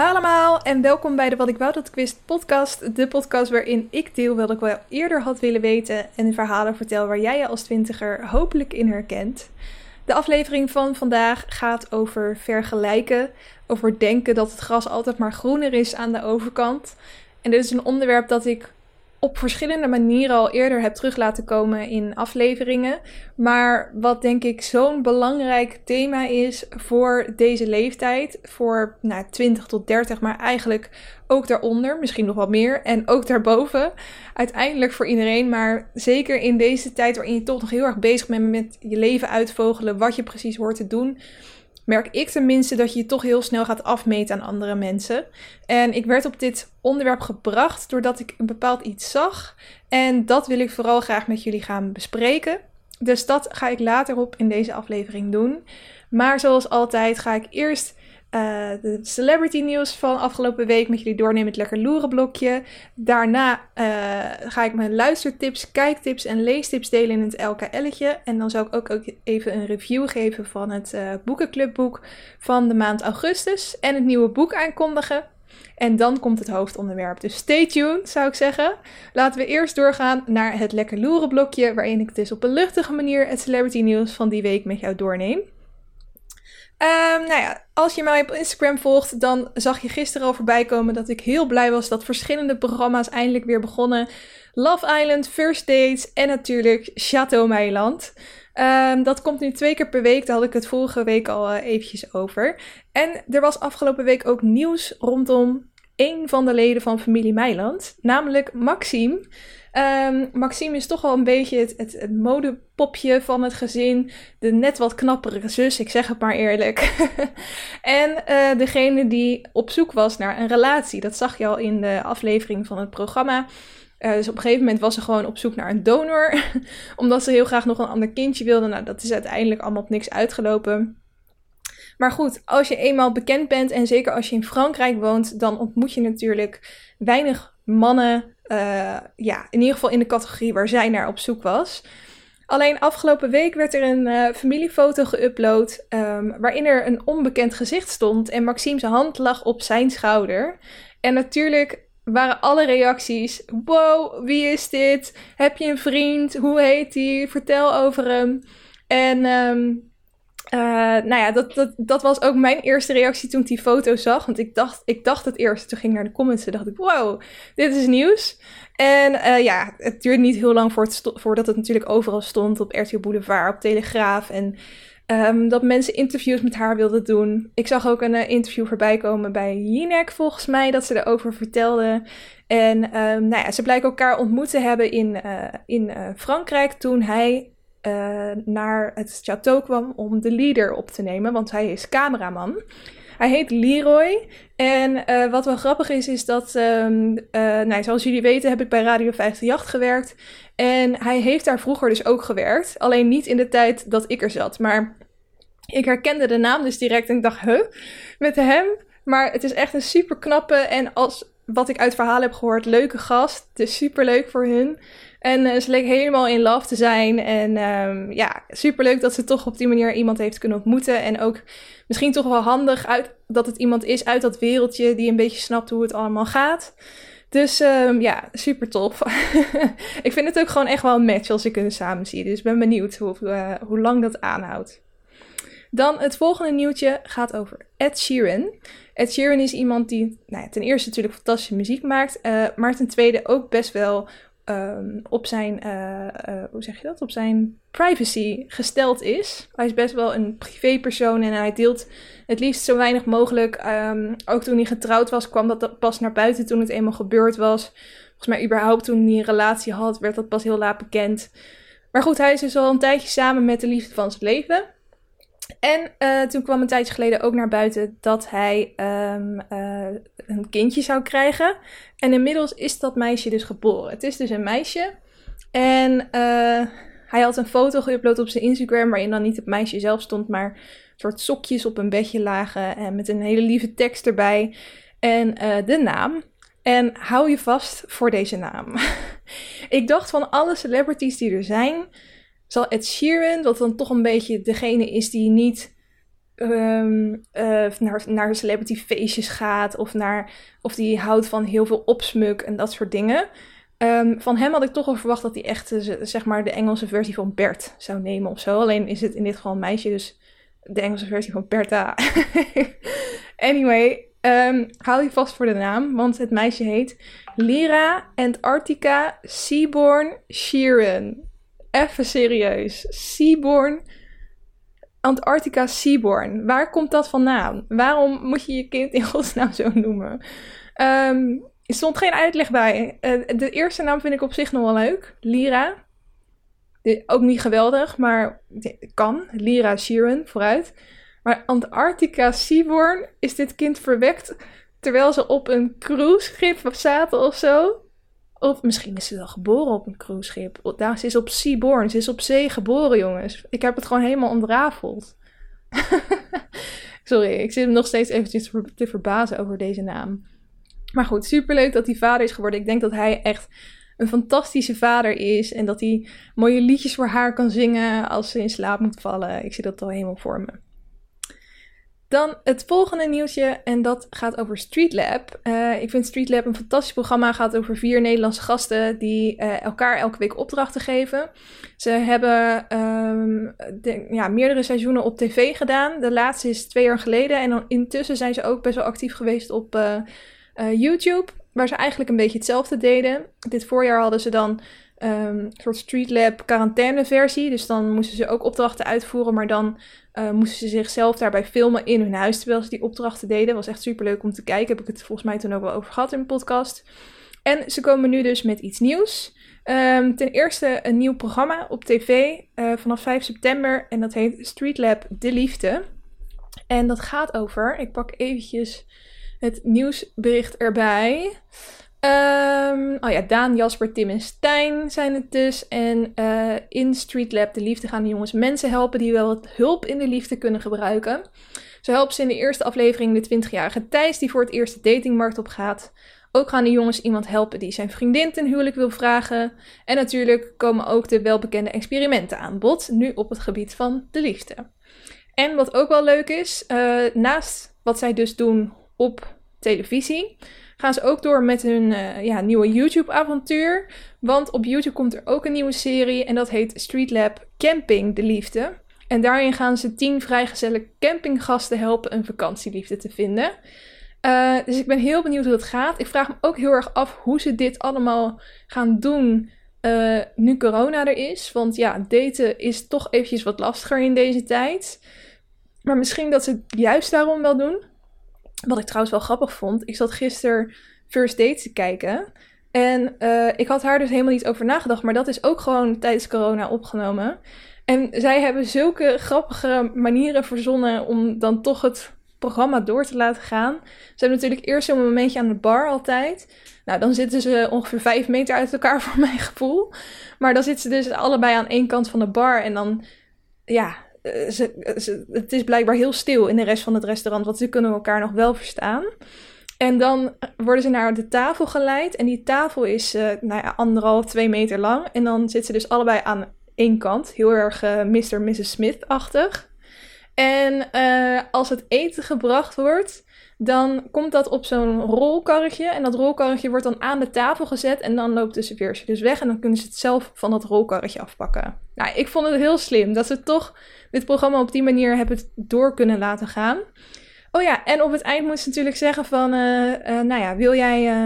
Hallo allemaal en welkom bij de Wat ik wou dat ik wist podcast. De podcast waarin ik deel wat ik wel eerder had willen weten en de verhalen vertel waar jij je als twintiger hopelijk in herkent. De aflevering van vandaag gaat over vergelijken, over denken dat het gras altijd maar groener is aan de overkant. En dit is een onderwerp dat ik op verschillende manieren al eerder heb terug laten komen in afleveringen. Maar wat denk ik zo'n belangrijk thema is voor deze leeftijd. Voor 20 tot 30, maar eigenlijk ook daaronder. Misschien nog wat meer. En ook daarboven. Uiteindelijk voor iedereen. Maar zeker in deze tijd waarin je toch nog heel erg bezig bent met je leven uitvogelen. Wat je precies hoort te doen. Merk ik tenminste dat je je toch heel snel gaat afmeten aan andere mensen. En ik werd op dit onderwerp gebracht doordat ik een bepaald iets zag. En dat wil ik vooral graag met jullie gaan bespreken. Dus dat ga ik later op in deze aflevering doen. Maar zoals altijd ga ik eerst de celebrity nieuws van afgelopen week met jullie doornemen met Lekker Loeren blokje. Daarna ga ik mijn luistertips, kijktips en leestips delen in het LKL'tje. En dan zal ik ook even een review geven van het boekenclubboek van de maand augustus. En het nieuwe boek aankondigen. En dan komt het hoofdonderwerp. Dus stay tuned, zou ik zeggen. Laten we eerst doorgaan naar het Lekker Loeren blokje, waarin ik dus op een luchtige manier het celebrity nieuws van die week met jou doorneem. Als je mij op Instagram volgt, dan zag je gisteren al voorbij komen dat ik heel blij was dat verschillende programma's eindelijk weer begonnen. Love Island, First Dates en natuurlijk Château Meiland. Dat komt nu 2 keer per week, daar had ik het vorige week al eventjes over. En er was afgelopen week ook nieuws rondom één van de leden van familie Meiland, namelijk Maxime. Maxime is toch wel een beetje het modepopje van het gezin. De net wat knappere zus, ik zeg het maar eerlijk. En degene die op zoek was naar een relatie. Dat zag je al in de aflevering van het programma. Dus op een gegeven moment was ze gewoon op zoek naar een donor. Omdat ze heel graag nog een ander kindje wilde. Nou, dat is uiteindelijk allemaal op niks uitgelopen. Maar goed, als je eenmaal bekend bent en zeker als je in Frankrijk woont, dan ontmoet je natuurlijk weinig mannen. In ieder geval in de categorie waar zij naar op zoek was. Alleen afgelopen week werd er een familiefoto geüpload waarin er een onbekend gezicht stond en Maxime's hand lag op zijn schouder. En natuurlijk waren alle reacties: wow, wie is dit? Heb je een vriend? Hoe heet die? Vertel over hem. En dat was ook mijn eerste reactie toen ik die foto zag. Want ik dacht het eerst. Toen ging ik naar de comments en dacht ik: wow, dit is nieuws. En het duurde niet heel lang voordat het natuurlijk overal stond. Op RTL Boulevard, op Telegraaf. En dat mensen interviews met haar wilden doen. Ik zag ook een interview voorbij komen bij Jinek volgens mij. Dat ze erover vertelde. En ze blijken elkaar ontmoet te hebben in Frankrijk toen hij naar het château kwam om de leader op te nemen, want hij is cameraman. Hij heet Leroy en wat wel grappig is dat, zoals jullie weten heb ik bij Radio 538 gewerkt en hij heeft daar vroeger dus ook gewerkt, alleen niet in de tijd dat ik er zat, maar ik herkende de naam dus direct en ik dacht, met hem? Maar het is echt een super knappe en wat ik uit verhalen heb gehoord, leuke gast. Het is super leuk voor hun. En ze leek helemaal in love te zijn. En super leuk dat ze toch op die manier iemand heeft kunnen ontmoeten. En ook misschien toch wel handig dat het iemand is uit dat wereldje die een beetje snapt hoe het allemaal gaat. Dus super tof. Ik vind het ook gewoon echt wel een match als ik hun samen zie. Dus ik ben benieuwd hoe lang dat aanhoudt. Dan het volgende nieuwtje gaat over Ed Sheeran. Ed Sheeran is iemand die ten eerste natuurlijk fantastische muziek maakt. Maar ten tweede ook best wel op zijn, op zijn privacy gesteld is. Hij is best wel een privépersoon en hij deelt het liefst zo weinig mogelijk. Ook toen hij getrouwd was, kwam dat pas naar buiten toen het eenmaal gebeurd was. Volgens mij überhaupt toen hij een relatie had, werd dat pas heel laat bekend. Maar goed, hij is dus al een tijdje samen met de liefde van zijn leven. En toen kwam een tijdje geleden ook naar buiten dat hij een kindje zou krijgen. En inmiddels is dat meisje dus geboren. Het is dus een meisje. En hij had een foto geüpload op zijn Instagram waarin dan niet het meisje zelf stond, maar een soort sokjes op een bedje lagen en met een hele lieve tekst erbij. En de naam. En hou je vast voor deze naam. Ik dacht van alle celebrities die er zijn, zal Ed Sheeran, wat dan toch een beetje degene is die niet naar celebrity feestjes gaat of die houdt van heel veel opsmuk en dat soort dingen. Van hem had ik toch al verwacht dat hij echt zeg maar de Engelse versie van Bert zou nemen of zo. Alleen is het in dit geval een meisje, dus de Engelse versie van Bertha. Anyway, hou je vast voor de naam, want het meisje heet Lyra Antarctica Seaborn Sheeran. Even serieus. Antarctica Seaborn. Waar komt dat vandaan? Waarom moet je je kind in godsnaam zo noemen? Er stond geen uitleg bij. De eerste naam vind ik op zich nog wel leuk. Lyra. Ook niet geweldig, maar kan. Lyra Sheeran, vooruit. Maar Antarctica Seaborn, is dit kind verwekt terwijl ze op een cruiseschip zaten of zo? Of misschien is ze wel geboren op een cruiseschip. Ze is op Seaborn, ze is op zee geboren, jongens. Ik heb het gewoon helemaal ontrafeld. Sorry, ik zit hem nog steeds eventjes te verbazen over deze naam. Maar goed, superleuk dat hij vader is geworden. Ik denk dat hij echt een fantastische vader is. En dat hij mooie liedjes voor haar kan zingen als ze in slaap moet vallen. Ik zie dat al helemaal voor me. Dan het volgende nieuwtje en dat gaat over Streetlab. Ik vind Streetlab een fantastisch programma. Het gaat over 4 Nederlandse gasten die elkaar elke week opdrachten geven. Ze hebben meerdere seizoenen op tv gedaan. De laatste is 2 jaar geleden. En dan intussen zijn ze ook best wel actief geweest op YouTube. Waar ze eigenlijk een beetje hetzelfde deden. Dit voorjaar hadden ze dan een soort Streetlab quarantaine versie. Dus dan moesten ze ook opdrachten uitvoeren. Maar dan moesten ze zichzelf daarbij filmen in hun huis terwijl ze die opdrachten deden. Was echt superleuk om te kijken. Heb ik het volgens mij toen ook wel over gehad in de podcast. En ze komen nu dus met iets nieuws. Ten eerste een nieuw programma op tv vanaf 5 september. En dat heet Streetlab De Liefde. En dat gaat over... Ik pak eventjes het nieuwsbericht erbij. Daan, Jasper, Tim en Stijn zijn het dus. En in Streetlab De Liefde gaan de jongens mensen helpen die wel wat hulp in de liefde kunnen gebruiken. Zo helpen ze in de eerste aflevering de 20-jarige Thijs die voor het eerst de datingmarkt op gaat. Ook gaan de jongens iemand helpen die zijn vriendin ten huwelijk wil vragen. En natuurlijk komen ook de welbekende experimenten aan bod, nu op het gebied van de liefde. En wat ook wel leuk is, naast wat zij dus doen op televisie, gaan ze ook door met hun nieuwe YouTube-avontuur. Want op YouTube komt er ook een nieuwe serie en dat heet Streetlab Camping De Liefde. En daarin gaan ze 10 vrijgezelle campinggasten helpen een vakantieliefde te vinden. Dus ik ben heel benieuwd hoe dat gaat. Ik vraag me ook heel erg af hoe ze dit allemaal gaan doen nu corona er is. Want ja, daten is toch eventjes wat lastiger in deze tijd. Maar misschien dat ze het juist daarom wel doen. Wat ik trouwens wel grappig vond. Ik zat gisteren First Dates te kijken. En ik had haar dus helemaal niet over nagedacht. Maar dat is ook gewoon tijdens corona opgenomen. En zij hebben zulke grappige manieren verzonnen om dan toch het programma door te laten gaan. Ze hebben natuurlijk eerst zo'n momentje aan de bar altijd. Nou, dan zitten ze ongeveer 5 meter uit elkaar voor mijn gevoel. Maar dan zitten ze dus allebei aan één kant van de bar. En dan, ja, het is blijkbaar heel stil in de rest van het restaurant. Want ze kunnen elkaar nog wel verstaan. En dan worden ze naar de tafel geleid. En die tafel is 1,5-2 meter lang. En dan zitten ze dus allebei aan één kant. Heel erg Mr. en Mrs. Smith-achtig. En als het eten gebracht wordt, dan komt dat op zo'n rolkarretje. En dat rolkarretje wordt dan aan de tafel gezet. En dan loopt de serveertje dus weg. En dan kunnen ze het zelf van dat rolkarretje afpakken. Nou, ik vond het heel slim dat ze toch dit programma op die manier hebben door kunnen laten gaan. Oh ja, en op het eind moet ze natuurlijk zeggen van... wil jij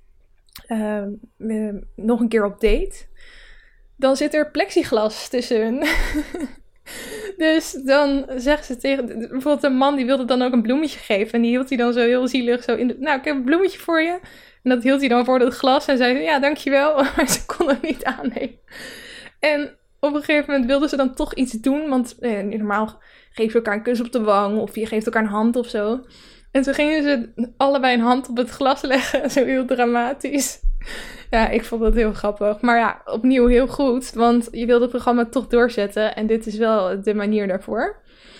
nog een keer op date? Dan zit er plexiglas tussen hun. Dus dan zegt ze tegen... Bijvoorbeeld een man die wilde dan ook een bloemetje geven. En die hield hij dan zo heel zielig zo in de... Nou, ik heb een bloemetje voor je. En dat hield hij dan voor dat glas. En zei, ja, dankjewel. Maar ze kon het niet aannemen. En op een gegeven moment wilden ze dan toch iets doen. Want normaal geef je elkaar een kus op de wang. Of je geeft elkaar een hand of zo. En toen gingen ze allebei een hand op het glas leggen. Zo heel dramatisch. Ja, ik vond dat heel grappig. Maar ja, opnieuw heel goed. Want je wil het programma toch doorzetten. En dit is wel de manier daarvoor.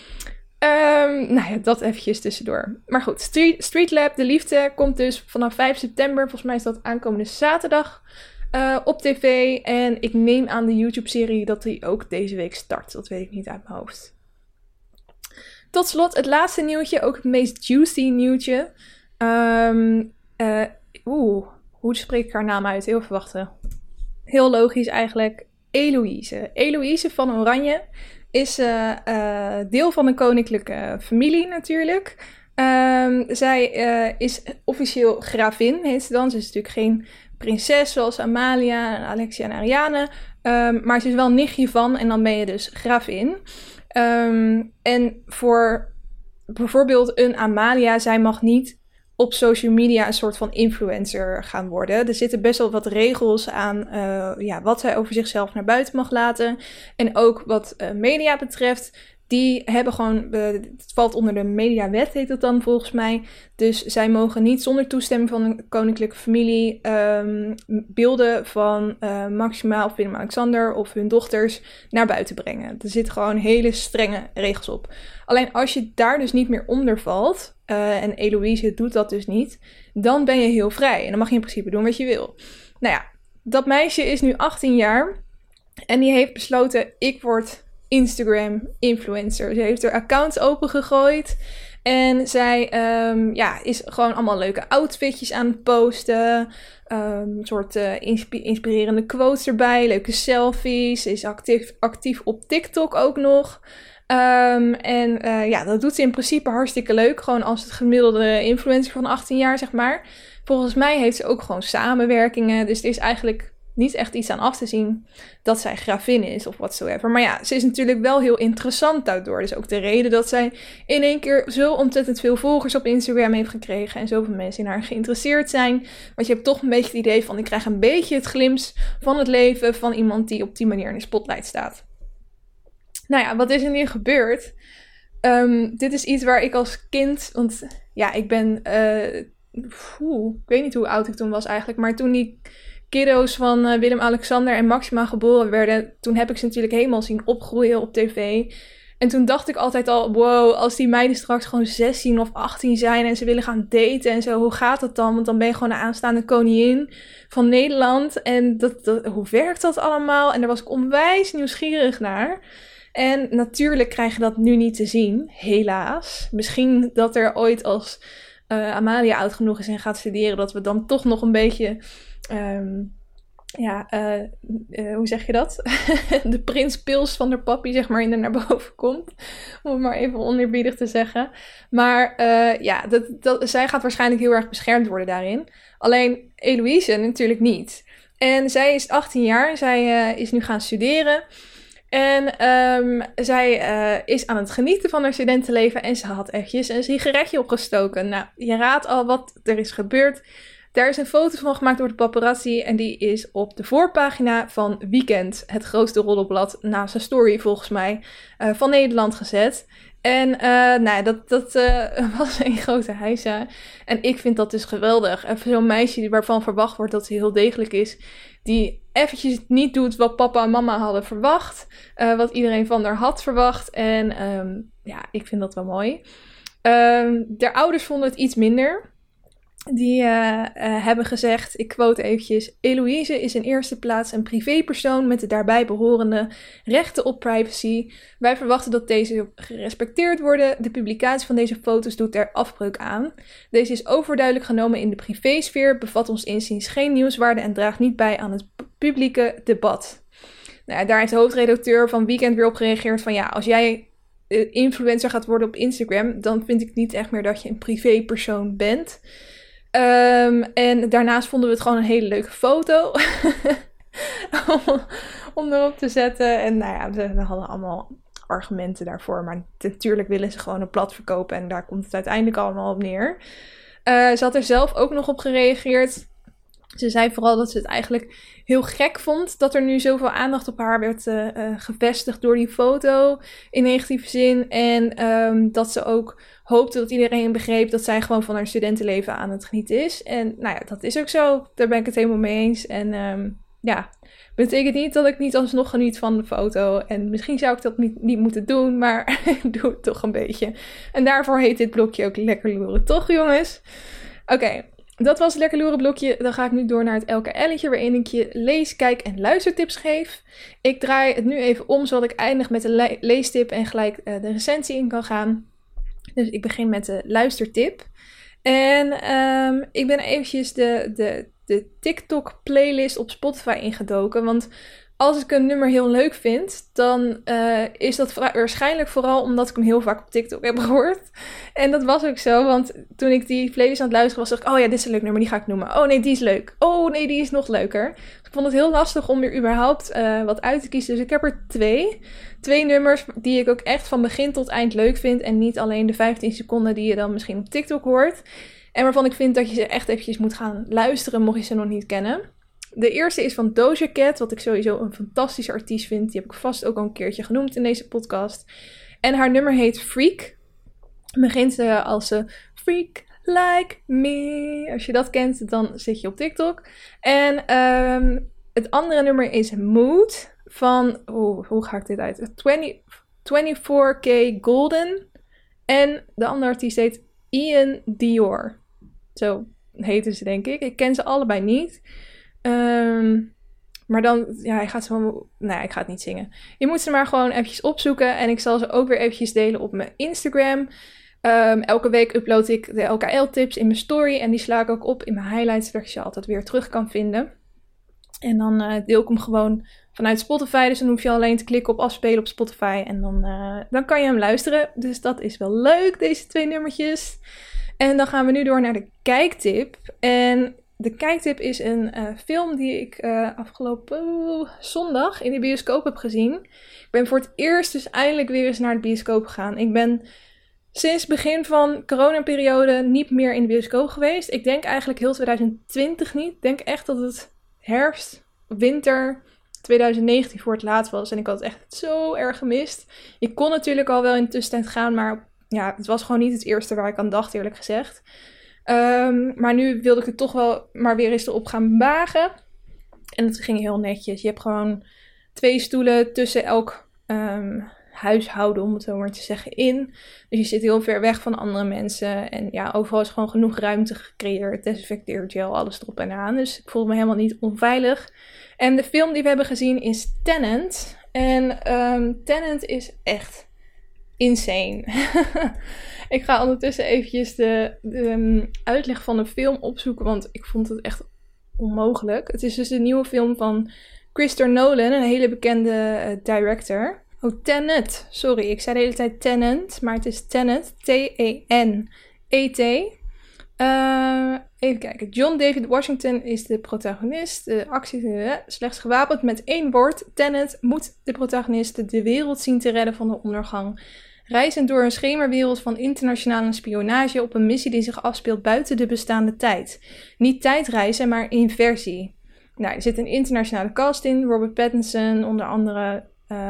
Dat eventjes tussendoor. Maar goed, Streetlab De Liefde komt dus vanaf 5 september. Volgens mij is dat aankomende zaterdag op tv. En ik neem aan de YouTube-serie dat die ook deze week start. Dat weet ik niet uit mijn hoofd. Tot slot het laatste nieuwtje, ook het meest juicy nieuwtje. Hoe spreek ik haar naam uit? Heel verwachten. Heel logisch eigenlijk. Eloïse. Eloïse van Oranje is deel van een koninklijke familie natuurlijk. Zij is officieel gravin, heet ze dan. Ze is natuurlijk geen prinses zoals Amalia, Alexia en Ariane. Maar ze is wel nichtje van en dan ben je dus gravin. En voor bijvoorbeeld een Amalia, zij mag niet op social media een soort van influencer gaan worden. Er zitten best wel wat regels aan wat zij over zichzelf naar buiten mag laten. En ook wat media betreft, die hebben gewoon, het valt onder de mediawet heet het dan volgens mij. Dus zij mogen niet zonder toestemming van een koninklijke familie beelden van Maxima of Willem-Alexander of hun dochters naar buiten brengen. Er zitten gewoon hele strenge regels op. Alleen als je daar dus niet meer onder valt, en Eloïse doet dat dus niet, dan ben je heel vrij. En dan mag je in principe doen wat je wil. Nou ja, dat meisje is nu 18 jaar en die heeft besloten, ik word Instagram-influencer. Ze heeft haar accounts opengegooid en zij is gewoon allemaal leuke outfitjes aan het posten. Een soort inspirerende quotes erbij, leuke selfies. Ze is actief op TikTok ook nog. Dat doet ze in principe hartstikke leuk. Gewoon als het gemiddelde influencer van 18 jaar, zeg maar. Volgens mij heeft ze ook gewoon samenwerkingen. Dus er is eigenlijk niet echt iets aan af te zien dat zij gravin is of whatsoever. Maar ja, ze is natuurlijk wel heel interessant daardoor. Dus ook de reden dat zij in één keer zo ontzettend veel volgers op Instagram heeft gekregen en zoveel mensen in haar geïnteresseerd zijn. Want je hebt toch een beetje het idee van, ik krijg een beetje het glimps van het leven van iemand die op die manier in de spotlight staat. Nou ja, wat is er nu gebeurd? Dit is iets waar ik als kind, want ja, ik ben, ik weet niet hoe oud ik toen was eigenlijk, maar toen die kiddo's van Willem-Alexander en Maxima geboren werden, toen heb ik ze natuurlijk helemaal zien opgroeien op tv. En toen dacht ik altijd al, wow, als die meiden straks gewoon 16 of 18 zijn en ze willen gaan daten en zo, hoe gaat dat dan? Want dan ben je gewoon de aanstaande koningin van Nederland. En hoe werkt dat allemaal? En daar was ik onwijs nieuwsgierig naar. En natuurlijk krijg je dat nu niet te zien, helaas. Misschien dat er ooit als Amalia oud genoeg is en gaat studeren, dat we dan toch nog een beetje, hoe zeg je dat? De prins Pils van de papi, zeg maar, in er naar boven komt. Om het maar even oneerbiedig te zeggen. Maar zij gaat waarschijnlijk heel erg beschermd worden daarin. Alleen Eloïse natuurlijk niet. En zij is 18 jaar, zij is nu gaan studeren. En zij is aan het genieten van haar studentenleven en ze had eventjes een sigaretje opgestoken. Nou, je raadt al wat er is gebeurd. Daar is een foto van gemaakt door de paparazzi en die is op de voorpagina van Weekend, het grootste roddelblad naast een story volgens mij, van Nederland gezet. En dat was een grote heisa. En ik vind dat dus geweldig. En zo'n meisje waarvan verwacht wordt dat ze heel degelijk is, die eventjes niet doet wat papa en mama hadden verwacht. Wat iedereen van haar had verwacht. En ik vind dat wel mooi. De ouders vonden het iets minder. Die hebben gezegd, ik quote eventjes, Eloïse is in eerste plaats een privépersoon met de daarbij behorende rechten op privacy. Wij verwachten dat deze gerespecteerd worden. De publicatie van deze foto's doet er afbreuk aan. Deze is overduidelijk genomen in de privésfeer, bevat ons inziens geen nieuwswaarde en draagt niet bij aan het publieke debat. Nou ja, daar heeft de hoofdredacteur van Weekend weer op gereageerd van ja, als jij influencer gaat worden op Instagram, dan vind ik niet echt meer dat je een privépersoon bent. En daarnaast vonden we het gewoon een hele leuke foto om erop te zetten. En we hadden allemaal argumenten daarvoor. Maar natuurlijk willen ze gewoon een plat verkopen. En daar komt het uiteindelijk allemaal op neer. Ze had er zelf ook nog op gereageerd. Ze zei vooral dat ze het eigenlijk heel gek vond dat er nu zoveel aandacht op haar werd gevestigd door die foto in negatieve zin. En dat ze ook hoopte dat iedereen begreep dat zij gewoon van haar studentenleven aan het genieten is. En dat is ook zo. Daar ben ik het helemaal mee eens. En betekent niet dat ik niet alsnog geniet van de foto. En misschien zou ik dat niet moeten doen, maar ik doe het toch een beetje. En daarvoor heet dit blokje ook Lekker Loeren, toch jongens? Oké. Dat was het Lekker Loeren blokje. Dan ga ik nu door naar het LKL'tje waarin ik je lees, kijk en luistertips geef. Ik draai het nu even om zodat ik eindig met de leestip en gelijk de recensie in kan gaan. Dus ik begin met de luistertip. En ik ben eventjes de TikTok playlist op Spotify ingedoken. Want als ik een nummer heel leuk vind, dan is dat waarschijnlijk vooral omdat ik hem heel vaak op TikTok heb gehoord. En dat was ook zo, want toen ik die playlist aan het luisteren was, dacht ik, oh ja, dit is een leuk nummer, die ga ik noemen. Oh nee, die is leuk. Oh nee, die is nog leuker. Dus ik vond het heel lastig om er überhaupt wat uit te kiezen. Dus ik heb er twee nummers die ik ook echt van begin tot eind leuk vind. En niet alleen de 15 seconden die je dan misschien op TikTok hoort. En waarvan ik vind dat je ze echt eventjes moet gaan luisteren, mocht je ze nog niet kennen. De eerste is van Doja Cat, wat ik sowieso een fantastische artiest vind. Die heb ik vast ook al een keertje genoemd in deze podcast. En haar nummer heet Freak. Begint als Freak Like Me. Als je dat kent, dan zit je op TikTok. En het andere nummer is Mood van, hoe ga ik dit uit? 24K Golden. En de andere artiest heet Ian Dior. Zo heten ze, denk ik. Ik ken ze allebei niet. Maar dan, ja, hij gaat zo. Nee, ik ga het niet zingen. Je moet ze maar gewoon eventjes opzoeken. En ik zal ze ook weer eventjes delen op mijn Instagram. Elke week upload ik de LKL-tips in mijn story. En die sla ik ook op in mijn highlights, zodat je ze altijd weer terug kan vinden. En dan deel ik hem gewoon vanuit Spotify. Dus dan hoef je alleen te klikken op afspelen op Spotify. En dan kan je hem luisteren. Dus dat is wel leuk, deze 2 nummertjes. En dan gaan we nu door naar de kijktip. En de kijktip is een film die ik afgelopen zondag in de bioscoop heb gezien. Ik ben voor het eerst dus eindelijk weer eens naar de bioscoop gegaan. Ik ben sinds het begin van coronaperiode niet meer in de bioscoop geweest. Ik denk eigenlijk heel 2020 niet. Ik denk echt dat het herfst, winter 2019 voor het laatst was. En ik had het echt zo erg gemist. Je kon natuurlijk al wel in de tussentijd gaan, maar ja, het was gewoon niet het eerste waar ik aan dacht, eerlijk gezegd. Maar nu wilde ik het toch wel maar weer eens erop gaan wagen. En dat ging heel netjes. Je hebt gewoon 2 stoelen tussen elk huishouden, om het zo maar te zeggen, in. Dus je zit heel ver weg van andere mensen. En ja, overal is gewoon genoeg ruimte gecreëerd. Desinfecteergel, alles erop en aan. Dus ik voelde me helemaal niet onveilig. En de film die we hebben gezien is Tenet. En Tenet is echt insane. Ik ga ondertussen eventjes de uitleg van de film opzoeken, want ik vond het echt onmogelijk. Het is dus een nieuwe film van Christopher Nolan, een hele bekende director. Oh, Tenet. Sorry, ik zei de hele tijd Tenet, maar het is Tenet. T-E-N-E-T. Even kijken. John David Washington is de protagonist. De actie slechts gewapend met 1 woord. Tenet moet de protagonist de wereld zien te redden van de ondergang. Reizend door een schemerwereld van internationale spionage op een missie die zich afspeelt buiten de bestaande tijd. Niet tijdreizen, maar inversie. Nou, er zit een internationale cast in. Robert Pattinson, onder andere.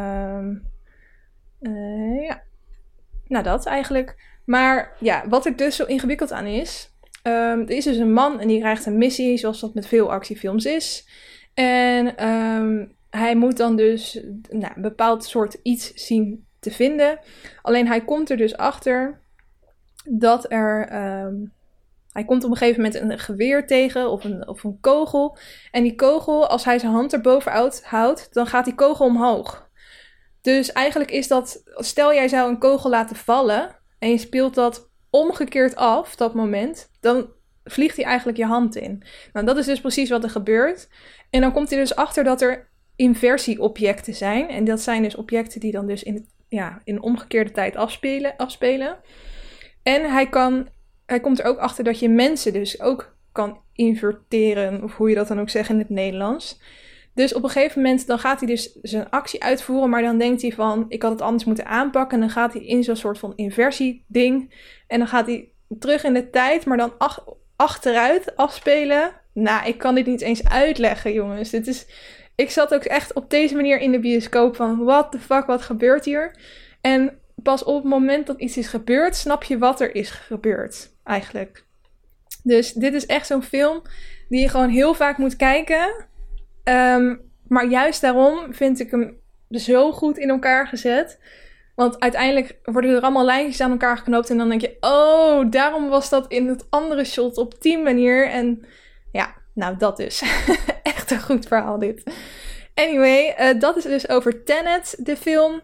Ja. Nou, dat eigenlijk. Maar ja, wat er dus zo ingewikkeld aan is. Er is dus een man en die krijgt een missie, zoals dat met veel actiefilms is. En hij moet dan dus een bepaald soort iets zien te vinden. Alleen hij komt er dus achter dat er. Hij komt op een gegeven moment een geweer tegen of een kogel. En die kogel, als hij zijn hand erboven houdt, dan gaat die kogel omhoog. Dus eigenlijk is dat, stel jij zou een kogel laten vallen en je speelt dat omgekeerd af, dat moment, dan vliegt hij eigenlijk je hand in. Nou, dat is dus precies wat er gebeurt. En dan komt hij dus achter dat er inversieobjecten zijn. En dat zijn dus objecten die dan dus in omgekeerde tijd afspelen. En hij komt er ook achter dat je mensen dus ook kan inverteren, of hoe je dat dan ook zegt in het Nederlands. Dus op een gegeven moment dan gaat hij dus zijn actie uitvoeren, maar dan denkt hij van, ik had het anders moeten aanpakken. En dan gaat hij in zo'n soort van inversieding. En dan gaat hij terug in de tijd, maar dan achteruit afspelen. Nou, ik kan dit niet eens uitleggen, jongens. Ik zat ook echt op deze manier in de bioscoop van, what the fuck, wat gebeurt hier? En pas op het moment dat iets is gebeurd, snap je wat er is gebeurd, eigenlijk. Dus dit is echt zo'n film die je gewoon heel vaak moet kijken. Maar juist daarom vind ik hem zo goed in elkaar gezet. Want uiteindelijk worden er allemaal lijntjes aan elkaar geknoopt. En dan denk je, oh, daarom was dat in het andere shot op die manier. En ja, nou dat dus. Echt een goed verhaal dit. Anyway, dat is dus over Tenet, de film.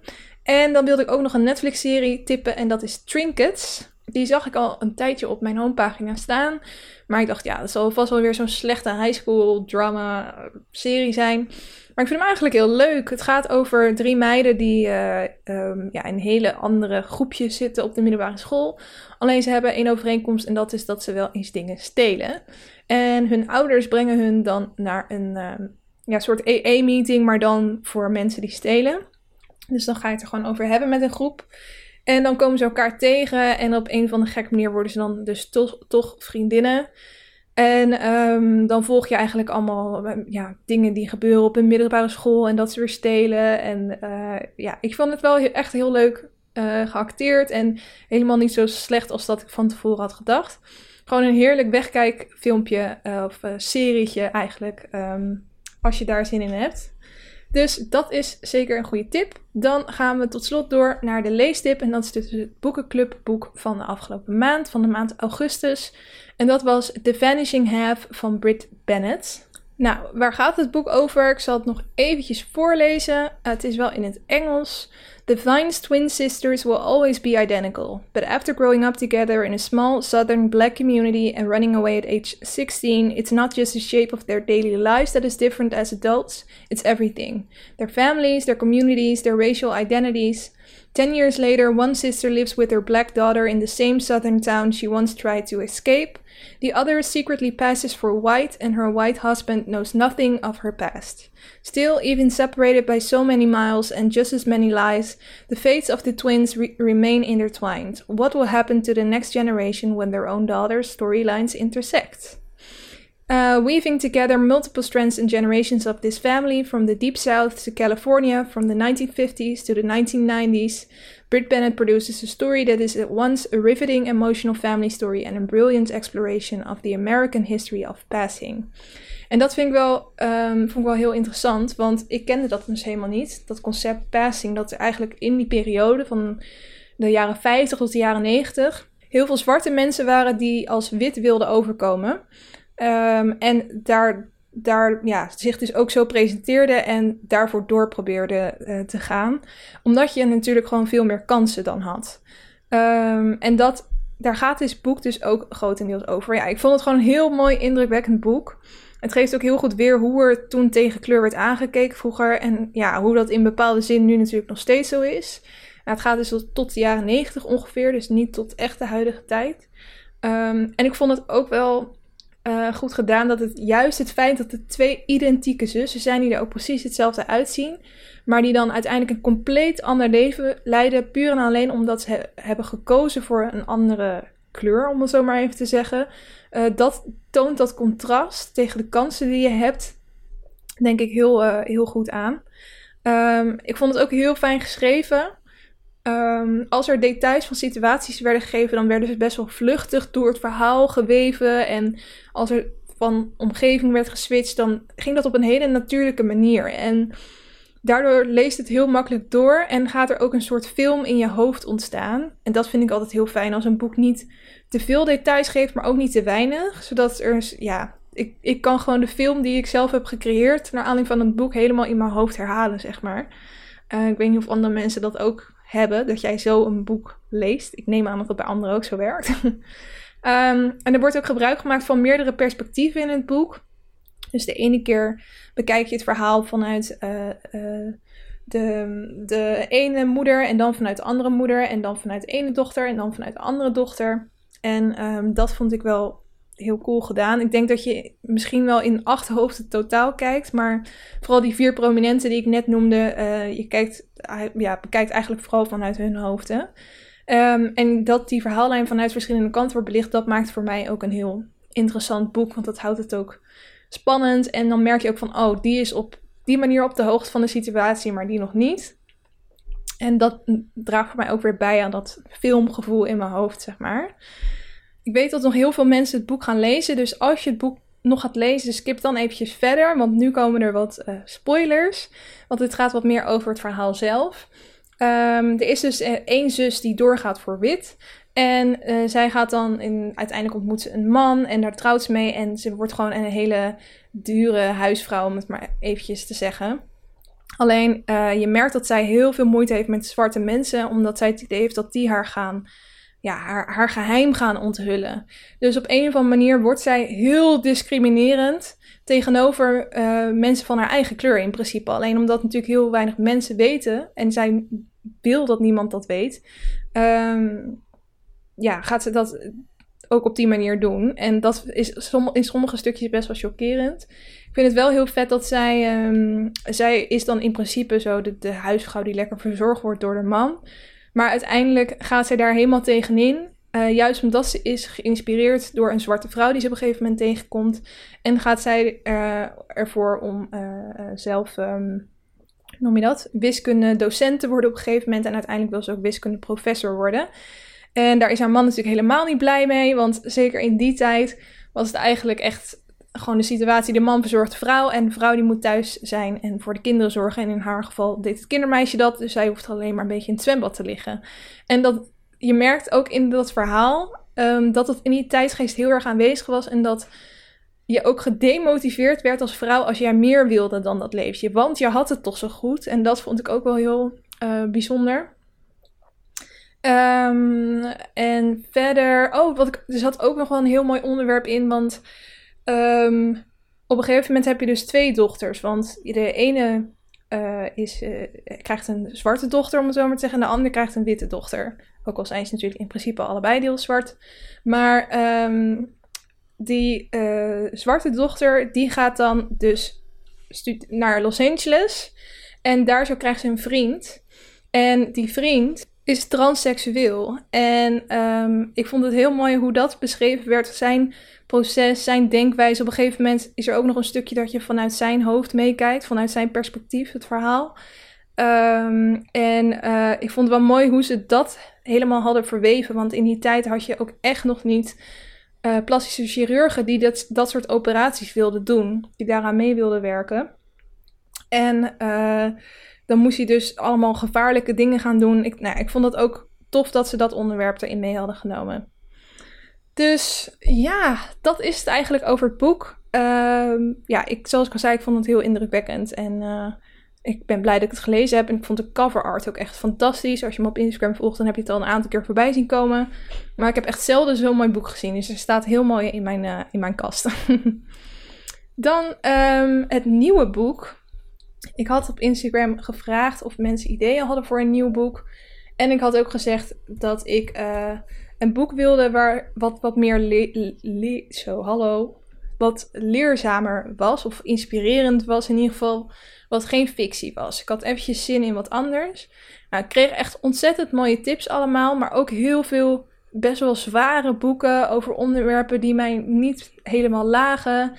En dan wilde ik ook nog een Netflix-serie tippen en dat is Trinkets. Die zag ik al een tijdje op mijn homepagina staan. Maar ik dacht, ja, dat zal vast wel weer zo'n slechte high school drama serie zijn. Maar ik vind hem eigenlijk heel leuk. Het gaat over 3 meiden die in een hele andere groepjes zitten op de middelbare school. Alleen ze hebben één overeenkomst en dat is dat ze wel eens dingen stelen. En hun ouders brengen hun dan naar een soort AA-meeting, maar dan voor mensen die stelen. Dus dan ga je het er gewoon over hebben met een groep. En dan komen ze elkaar tegen en op een of andere gekke manier worden ze dan dus toch vriendinnen. En dan volg je eigenlijk allemaal dingen die gebeuren op een middelbare school en dat ze weer stelen. En ik vond het wel echt heel leuk geacteerd en helemaal niet zo slecht als dat ik van tevoren had gedacht. Gewoon een heerlijk wegkijkfilmpje of serietje eigenlijk, als je daar zin in hebt. Dus dat is zeker een goede tip. Dan gaan we tot slot door naar de leestip. En dat is dus het boekenclubboek van de afgelopen maand, van de maand augustus. En dat was The Vanishing Half van Brit Bennett. Nou, waar gaat het boek over? Ik zal het nog eventjes voorlezen. Het is wel in het Engels. The Vine's twin sisters will always be identical, but after growing up together in a small southern black community and running away at age 16, it's not just the shape of their daily lives that is different as adults, it's everything. Their families, their communities, their racial identities. 10 years later, one sister lives with her black daughter in the same southern town she once tried to escape. The other secretly passes for white, and her white husband knows nothing of her past. Still, even separated by so many miles and just as many lies, the fates of the twins remain intertwined. What will happen to the next generation when their own daughter's storylines intersect? Weaving together multiple strands and generations of this family, from the Deep South to California, from the 1950s to the 1990s, Brit Bennett produces a story that is at once a riveting emotional family story and a brilliant exploration of the American history of passing. En dat vond ik wel heel interessant, want ik kende dat dus helemaal niet. Dat concept passing, dat er eigenlijk in die periode van de jaren 50 tot de jaren 90 heel veel zwarte mensen waren die als wit wilden overkomen. En daar zich dus ook zo presenteerde en daarvoor door probeerde te gaan. Omdat je natuurlijk gewoon veel meer kansen dan had. Daar gaat dit boek dus ook grotendeels over. Ja, ik vond het gewoon een heel mooi, indrukwekkend boek. Het geeft ook heel goed weer hoe er toen tegen kleur werd aangekeken vroeger. En ja, hoe dat in bepaalde zin nu natuurlijk nog steeds zo is. Nou, het gaat dus tot de jaren 90 ongeveer, dus niet tot echt de huidige tijd. En ik vond het ook wel goed gedaan dat het feit dat de 2 identieke zussen zijn die er ook precies hetzelfde uitzien, maar die dan uiteindelijk een compleet ander leven leiden, puur en alleen omdat ze hebben gekozen voor een andere kleur, om het zo maar even te zeggen. Dat toont dat contrast tegen de kansen die je hebt, denk ik heel goed aan. Ik vond het ook heel fijn geschreven. Als er details van situaties werden gegeven, dan werden ze best wel vluchtig door het verhaal geweven. En als er van omgeving werd geswitcht, dan ging dat op een hele natuurlijke manier. En daardoor leest het heel makkelijk door en gaat er ook een soort film in je hoofd ontstaan. En dat vind ik altijd heel fijn als een boek niet te veel details geeft, maar ook niet te weinig. Zodat ik kan gewoon de film die ik zelf heb gecreëerd naar aanleiding van een boek helemaal in mijn hoofd herhalen, zeg maar. Ik weet niet of andere mensen dat ook hebben, dat jij zo een boek leest. Ik neem aan dat dat bij anderen ook zo werkt. En er wordt ook gebruik gemaakt van meerdere perspectieven in het boek. Dus de ene keer bekijk je het verhaal vanuit de ene moeder en dan vanuit de andere moeder en dan vanuit de ene dochter en dan vanuit de andere dochter. En dat vond ik wel heel cool gedaan. Ik denk dat je misschien wel in 8 hoofden totaal kijkt, maar vooral die 4 prominenten die ik net noemde, je bekijkt eigenlijk vooral vanuit hun hoofden. En dat die verhaallijn vanuit verschillende kanten wordt belicht, dat maakt voor mij ook een heel interessant boek, want dat houdt het ook spannend. En dan merk je ook van, die is op die manier op de hoogte van de situatie, maar die nog niet. En dat draagt voor mij ook weer bij aan dat filmgevoel in mijn hoofd, zeg maar. Ik weet dat nog heel veel mensen het boek gaan lezen, dus als je het boek nog gaat lezen, skip dan eventjes verder, want nu komen er wat spoilers, want het gaat wat meer over het verhaal zelf. Er is dus 1 zus die doorgaat voor wit en zij gaat dan, uiteindelijk ontmoet ze een man en daar trouwt ze mee en ze wordt gewoon een hele dure huisvrouw, om het maar eventjes te zeggen. Alleen je merkt dat zij heel veel moeite heeft met zwarte mensen, omdat zij het idee heeft dat die haar geheim gaan onthullen. Dus op een of andere manier wordt zij heel discriminerend tegenover mensen van haar eigen kleur in principe. Alleen omdat natuurlijk heel weinig mensen weten en zij wil dat niemand dat weet, gaat ze dat ook op die manier doen. En dat is in sommige stukjes best wel chockerend. Ik vind het wel heel vet dat zij is dan in principe zo de huisvrouw die lekker verzorgd wordt door de man. Maar uiteindelijk gaat zij daar helemaal tegenin. Juist omdat ze is geïnspireerd door een zwarte vrouw die ze op een gegeven moment tegenkomt. En gaat zij ervoor om zelf, noem je dat, wiskundedocent te worden op een gegeven moment. En uiteindelijk wil ze ook wiskundeprofessor worden. En daar is haar man natuurlijk helemaal niet blij mee. Want zeker in die tijd was het eigenlijk echt gewoon de situatie. De man verzorgt de vrouw en de vrouw die moet thuis zijn en voor de kinderen zorgen. En in haar geval deed het kindermeisje dat. Dus zij hoeft alleen maar een beetje in het zwembad te liggen. En dat je merkt ook in dat verhaal dat het in die tijdsgeest heel erg aanwezig was. En dat je ook gedemotiveerd werd als vrouw als jij meer wilde dan dat leventje. Want je had het toch zo goed. En dat vond ik ook wel heel bijzonder. En verder... er zat ook nog wel een heel mooi onderwerp in. Want op een gegeven moment heb je dus 2 dochters. Want de ene krijgt een zwarte dochter, om het zo maar te zeggen. En de andere krijgt een witte dochter. Ook al zijn ze natuurlijk in principe allebei deels zwart. Maar die zwarte dochter, die gaat dan dus naar Los Angeles. En daar zo krijgt ze een vriend. En die vriend is transseksueel. En ik vond het heel mooi hoe dat beschreven werd. Zijn proces, zijn denkwijze. Op een gegeven moment is er ook nog een stukje dat je vanuit zijn hoofd meekijkt. Vanuit zijn perspectief, het verhaal. Ik vond het wel mooi hoe ze dat helemaal hadden verweven. Want in die tijd had je ook echt nog niet plastische chirurgen die dat soort operaties wilden doen. Die daaraan mee wilden werken. En dan moest hij dus allemaal gevaarlijke dingen gaan doen. Ik vond het ook tof dat ze dat onderwerp erin mee hadden genomen. Dus ja, dat is het eigenlijk over het boek. Zoals ik al zei, ik vond het heel indrukwekkend. En ik ben blij dat ik het gelezen heb. En ik vond de cover art ook echt fantastisch. Als je me op Instagram volgt, dan heb je het al een aantal keer voorbij zien komen. Maar ik heb echt zelden zo'n mooi boek gezien. Dus er staat heel mooi in mijn kast. Dan het nieuwe boek. Ik had op Instagram gevraagd of mensen ideeën hadden voor een nieuw boek. En ik had ook gezegd dat ik een boek wilde waar wat meer wat leerzamer was. Of inspirerend was in ieder geval. Wat geen fictie was. Ik had eventjes zin in wat anders. Nou, ik kreeg echt ontzettend mooie tips allemaal. Maar ook heel veel best wel zware boeken over onderwerpen die mij niet helemaal lagen.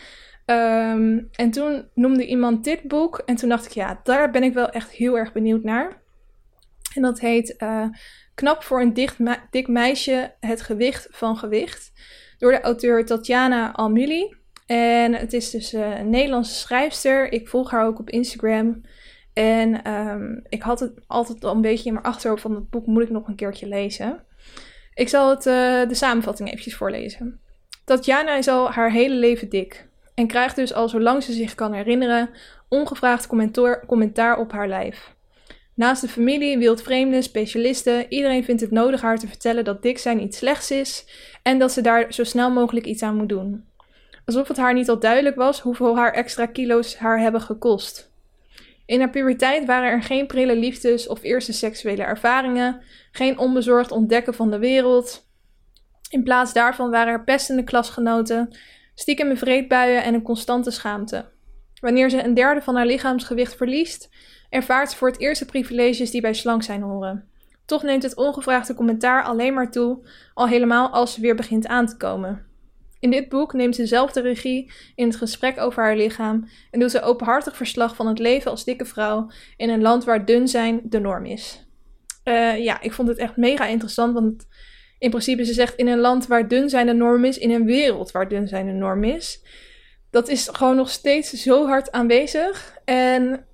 En toen noemde iemand dit boek. En toen dacht ik, ja, daar ben ik wel echt heel erg benieuwd naar. En dat heet Knap voor een dik meisje, het gewicht van gewicht. Door de auteur Tatjana Almuli. En het is dus een Nederlandse schrijfster. Ik volg haar ook op Instagram. En ik had het altijd al een beetje in mijn achterhoofd van het boek moet ik nog een keertje lezen. Ik zal de samenvatting eventjes voorlezen. Tatjana is al haar hele leven dik. En krijgt dus al zolang ze zich kan herinneren ongevraagd commentaar op haar lijf. Naast de familie, wildvreemden, specialisten, iedereen vindt het nodig haar te vertellen dat dik zijn iets slechts is en dat ze daar zo snel mogelijk iets aan moet doen. Alsof het haar niet al duidelijk was hoeveel haar extra kilo's haar hebben gekost. In haar puberteit waren er geen prille liefdes of eerste seksuele ervaringen, geen onbezorgd ontdekken van de wereld. In plaats daarvan waren er pestende klasgenoten, stiekeme vreedbuien en een constante schaamte. Wanneer ze een derde van haar lichaamsgewicht verliest, ervaart ze voor het eerst de privileges die bij slank zijn horen. Toch neemt het ongevraagde commentaar alleen maar toe, al helemaal als ze weer begint aan te komen. In dit boek neemt ze zelf de regie in het gesprek over haar lichaam en doet ze openhartig verslag van het leven als dikke vrouw in een land waar dun zijn de norm is. Ik vond het echt mega interessant, want in principe ze zegt in een land waar dun zijn de norm is, in een wereld waar dun zijn de norm is. Dat is gewoon nog steeds zo hard aanwezig. En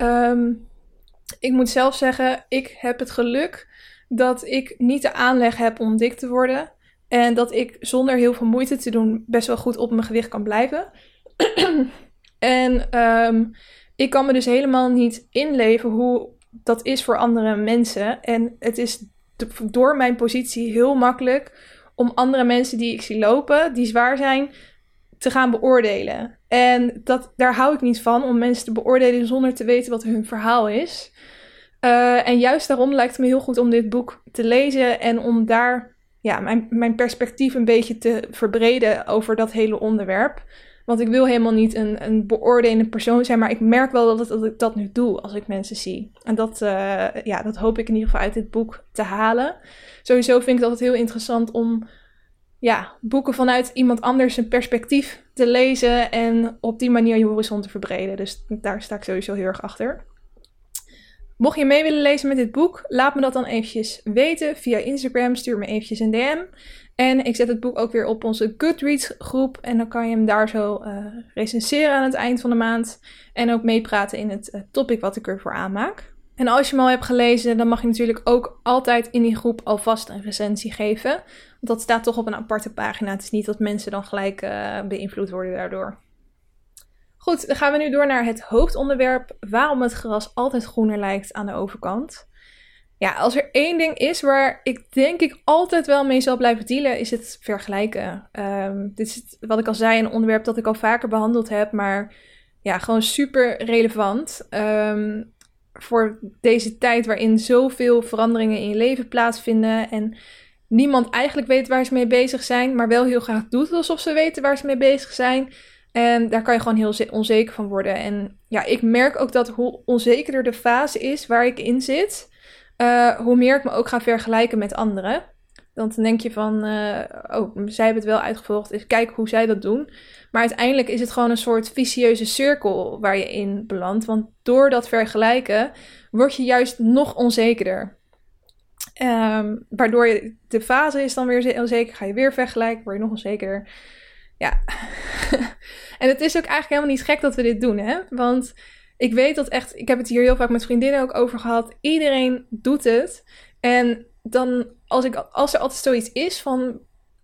ik moet zelf zeggen, ik heb het geluk dat ik niet de aanleg heb om dik te worden. En dat ik zonder heel veel moeite te doen best wel goed op mijn gewicht kan blijven. En ik kan me dus helemaal niet inleven hoe dat is voor andere mensen. En het is door mijn positie heel makkelijk om andere mensen die ik zie lopen, die zwaar zijn, te gaan beoordelen. En daar hou ik niet van, om mensen te beoordelen zonder te weten wat hun verhaal is. En juist daarom lijkt het me heel goed om dit boek te lezen en om daar mijn perspectief een beetje te verbreden over dat hele onderwerp. Want ik wil helemaal niet een beoordelende persoon zijn, maar ik merk wel dat ik dat nu doe als ik mensen zie. En dat hoop ik in ieder geval uit dit boek te halen. Sowieso vind ik het altijd heel interessant om boeken vanuit iemand anders een perspectief te lezen en op die manier je horizon te verbreden. Dus daar sta ik sowieso heel erg achter. Mocht je mee willen lezen met dit boek, laat me dat dan eventjes weten via Instagram. Stuur me eventjes een DM. En ik zet het boek ook weer op onze Goodreads groep. En dan kan je hem daar zo recenseren aan het eind van de maand. En ook meepraten in het topic wat ik ervoor aanmaak. En als je hem al hebt gelezen, dan mag je natuurlijk ook altijd in die groep alvast een recensie geven. Want dat staat toch op een aparte pagina. Het is niet dat mensen dan gelijk beïnvloed worden daardoor. Goed, dan gaan we nu door naar het hoofdonderwerp. Waarom het gras altijd groener lijkt aan de overkant. Ja, als er één ding is waar ik denk ik altijd wel mee zal blijven dealen, is het vergelijken. Dit is wat ik al zei, een onderwerp dat ik al vaker behandeld heb, maar gewoon super relevant. Voor deze tijd waarin zoveel veranderingen in je leven plaatsvinden en niemand eigenlijk weet waar ze mee bezig zijn, maar wel heel graag doet alsof ze weten waar ze mee bezig zijn. En daar kan je gewoon heel onzeker van worden. En ik merk ook dat hoe onzekerder de fase is waar ik in zit, hoe meer ik me ook ga vergelijken met anderen. Want dan denk je van, zij hebben het wel uitgevolgd, dus kijk hoe zij dat doen. Maar uiteindelijk is het gewoon een soort vicieuze cirkel waar je in belandt. Want door dat vergelijken word je juist nog onzekerder. Waardoor de fase is dan weer onzeker, ga je weer vergelijken, word je nog onzekerder. Ja, en het is ook eigenlijk helemaal niet gek dat we dit doen, hè? Want ik weet dat echt, ik heb het hier heel vaak met vriendinnen ook over gehad. Iedereen doet het. En dan, als er altijd zoiets is van,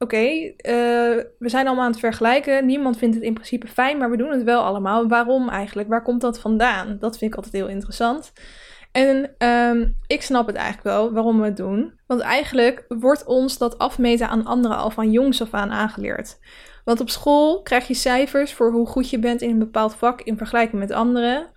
we zijn allemaal aan het vergelijken. Niemand vindt het in principe fijn, maar we doen het wel allemaal. Waarom eigenlijk? Waar komt dat vandaan? Dat vind ik altijd heel interessant. En ik snap het eigenlijk wel waarom we het doen. Want eigenlijk wordt ons dat afmeten aan anderen al van jongs af aan aangeleerd. Want op school krijg je cijfers voor hoe goed je bent in een bepaald vak in vergelijking met anderen.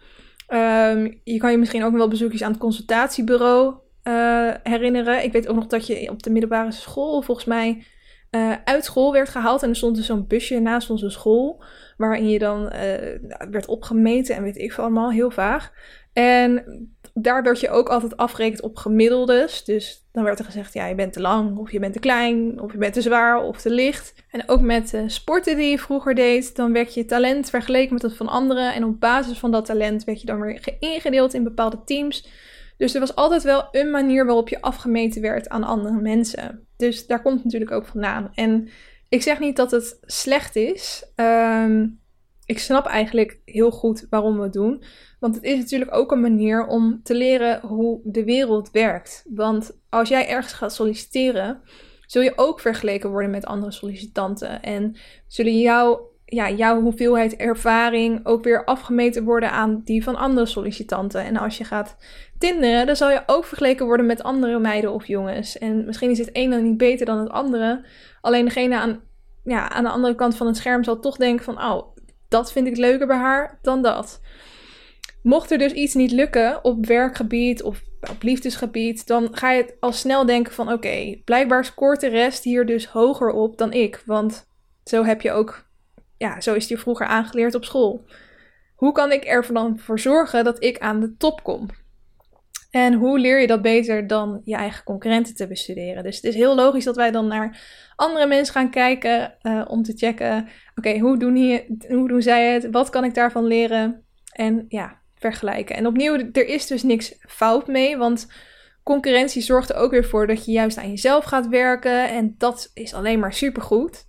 Je kan je misschien ook nog wel bezoekjes aan het consultatiebureau herinneren. Ik weet ook nog dat je op de middelbare school volgens mij uit school werd gehaald. En er stond dus zo'n busje naast onze school, waarin je dan werd opgemeten en weet ik veel allemaal, heel vaag. En daar werd je ook altijd afgerekend op gemiddeldes. Dus dan werd er gezegd, je bent te lang, of je bent te klein, of je bent te zwaar, of te licht. En ook met sporten die je vroeger deed, dan werd je talent vergeleken met dat van anderen. En op basis van dat talent werd je dan weer ingedeeld in bepaalde teams. Dus er was altijd wel een manier waarop je afgemeten werd aan andere mensen. Dus daar komt het natuurlijk ook vandaan. En ik zeg niet dat het slecht is. Ik snap eigenlijk heel goed waarom we het doen. Want het is natuurlijk ook een manier om te leren hoe de wereld werkt. Want als jij ergens gaat solliciteren, zul je ook vergeleken worden met andere sollicitanten. En zullen jouw hoeveelheid ervaring ook weer afgemeten worden aan die van andere sollicitanten. En als je gaat tinderen, dan zal je ook vergeleken worden met andere meiden of jongens. En misschien is het ene niet beter dan het andere. Alleen degene aan de andere kant van het scherm zal toch denken van, dat vind ik leuker bij haar dan dat. Mocht er dus iets niet lukken op werkgebied of op liefdesgebied, dan ga je al snel denken van blijkbaar scoort de rest hier dus hoger op dan ik. Want zo heb je ook, zo is het je vroeger aangeleerd op school. Hoe kan ik er dan voor zorgen dat ik aan de top kom? En hoe leer je dat beter dan je eigen concurrenten te bestuderen? Dus het is heel logisch dat wij dan naar andere mensen gaan kijken om te checken, hoe doen zij het? Wat kan ik daarvan leren? En vergelijken. En opnieuw, er is dus niks fout mee, want concurrentie zorgt er ook weer voor dat je juist aan jezelf gaat werken. En dat is alleen maar supergoed.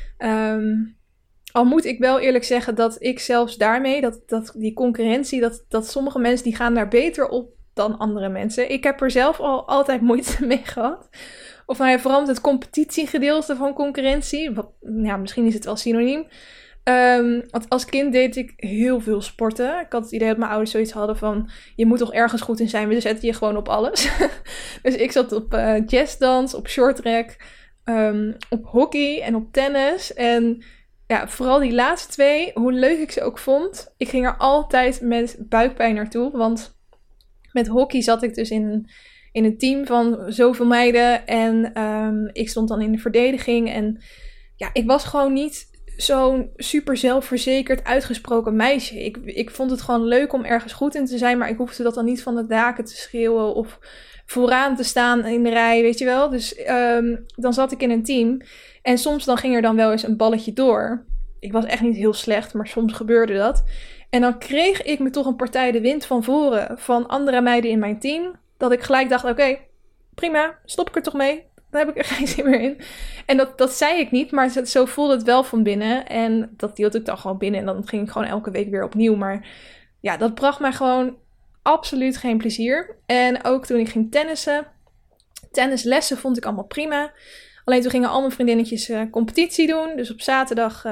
Al moet ik wel eerlijk zeggen dat ik zelfs daarmee, dat die concurrentie, dat sommige mensen die gaan daar beter op dan andere mensen. Ik heb er zelf al altijd moeite mee gehad. Of vooral met het competitiegedeelte van concurrentie. Misschien is het wel synoniem. Want als kind deed ik heel veel sporten. Ik had het idee dat mijn ouders zoiets hadden van... je moet toch ergens goed in zijn, we zetten je gewoon op alles. Dus ik zat op jazzdans, op shorttrack, op hockey en op tennis. En ja, vooral die laatste twee, hoe leuk ik ze ook vond... ik ging er altijd met buikpijn naartoe. Want met hockey zat ik dus in een team van zoveel meiden. En ik stond dan in de verdediging. En ja, ik was gewoon niet zo'n super zelfverzekerd, uitgesproken meisje. Ik vond het gewoon leuk om ergens goed in te zijn. Maar ik hoefde dat dan niet van de daken te schreeuwen. Of vooraan te staan in de rij, weet je wel. Dus dan zat ik in een team. En soms dan ging er dan wel eens een balletje door. Ik was echt niet heel slecht, maar soms gebeurde dat. En dan kreeg ik me toch een partij de wind van voren. Van andere meiden in mijn team. Dat ik gelijk dacht, oké, prima, stop ik er toch mee. Dan heb ik er geen zin meer in. En dat zei ik niet, maar zo voelde het wel van binnen. En dat hield ik dan gewoon binnen. En dan ging ik gewoon elke week weer opnieuw. Maar ja, dat bracht mij gewoon absoluut geen plezier. En ook toen ik ging tennissen. Tennislessen vond ik allemaal prima. Alleen toen gingen al mijn vriendinnetjes competitie doen. Dus op zaterdag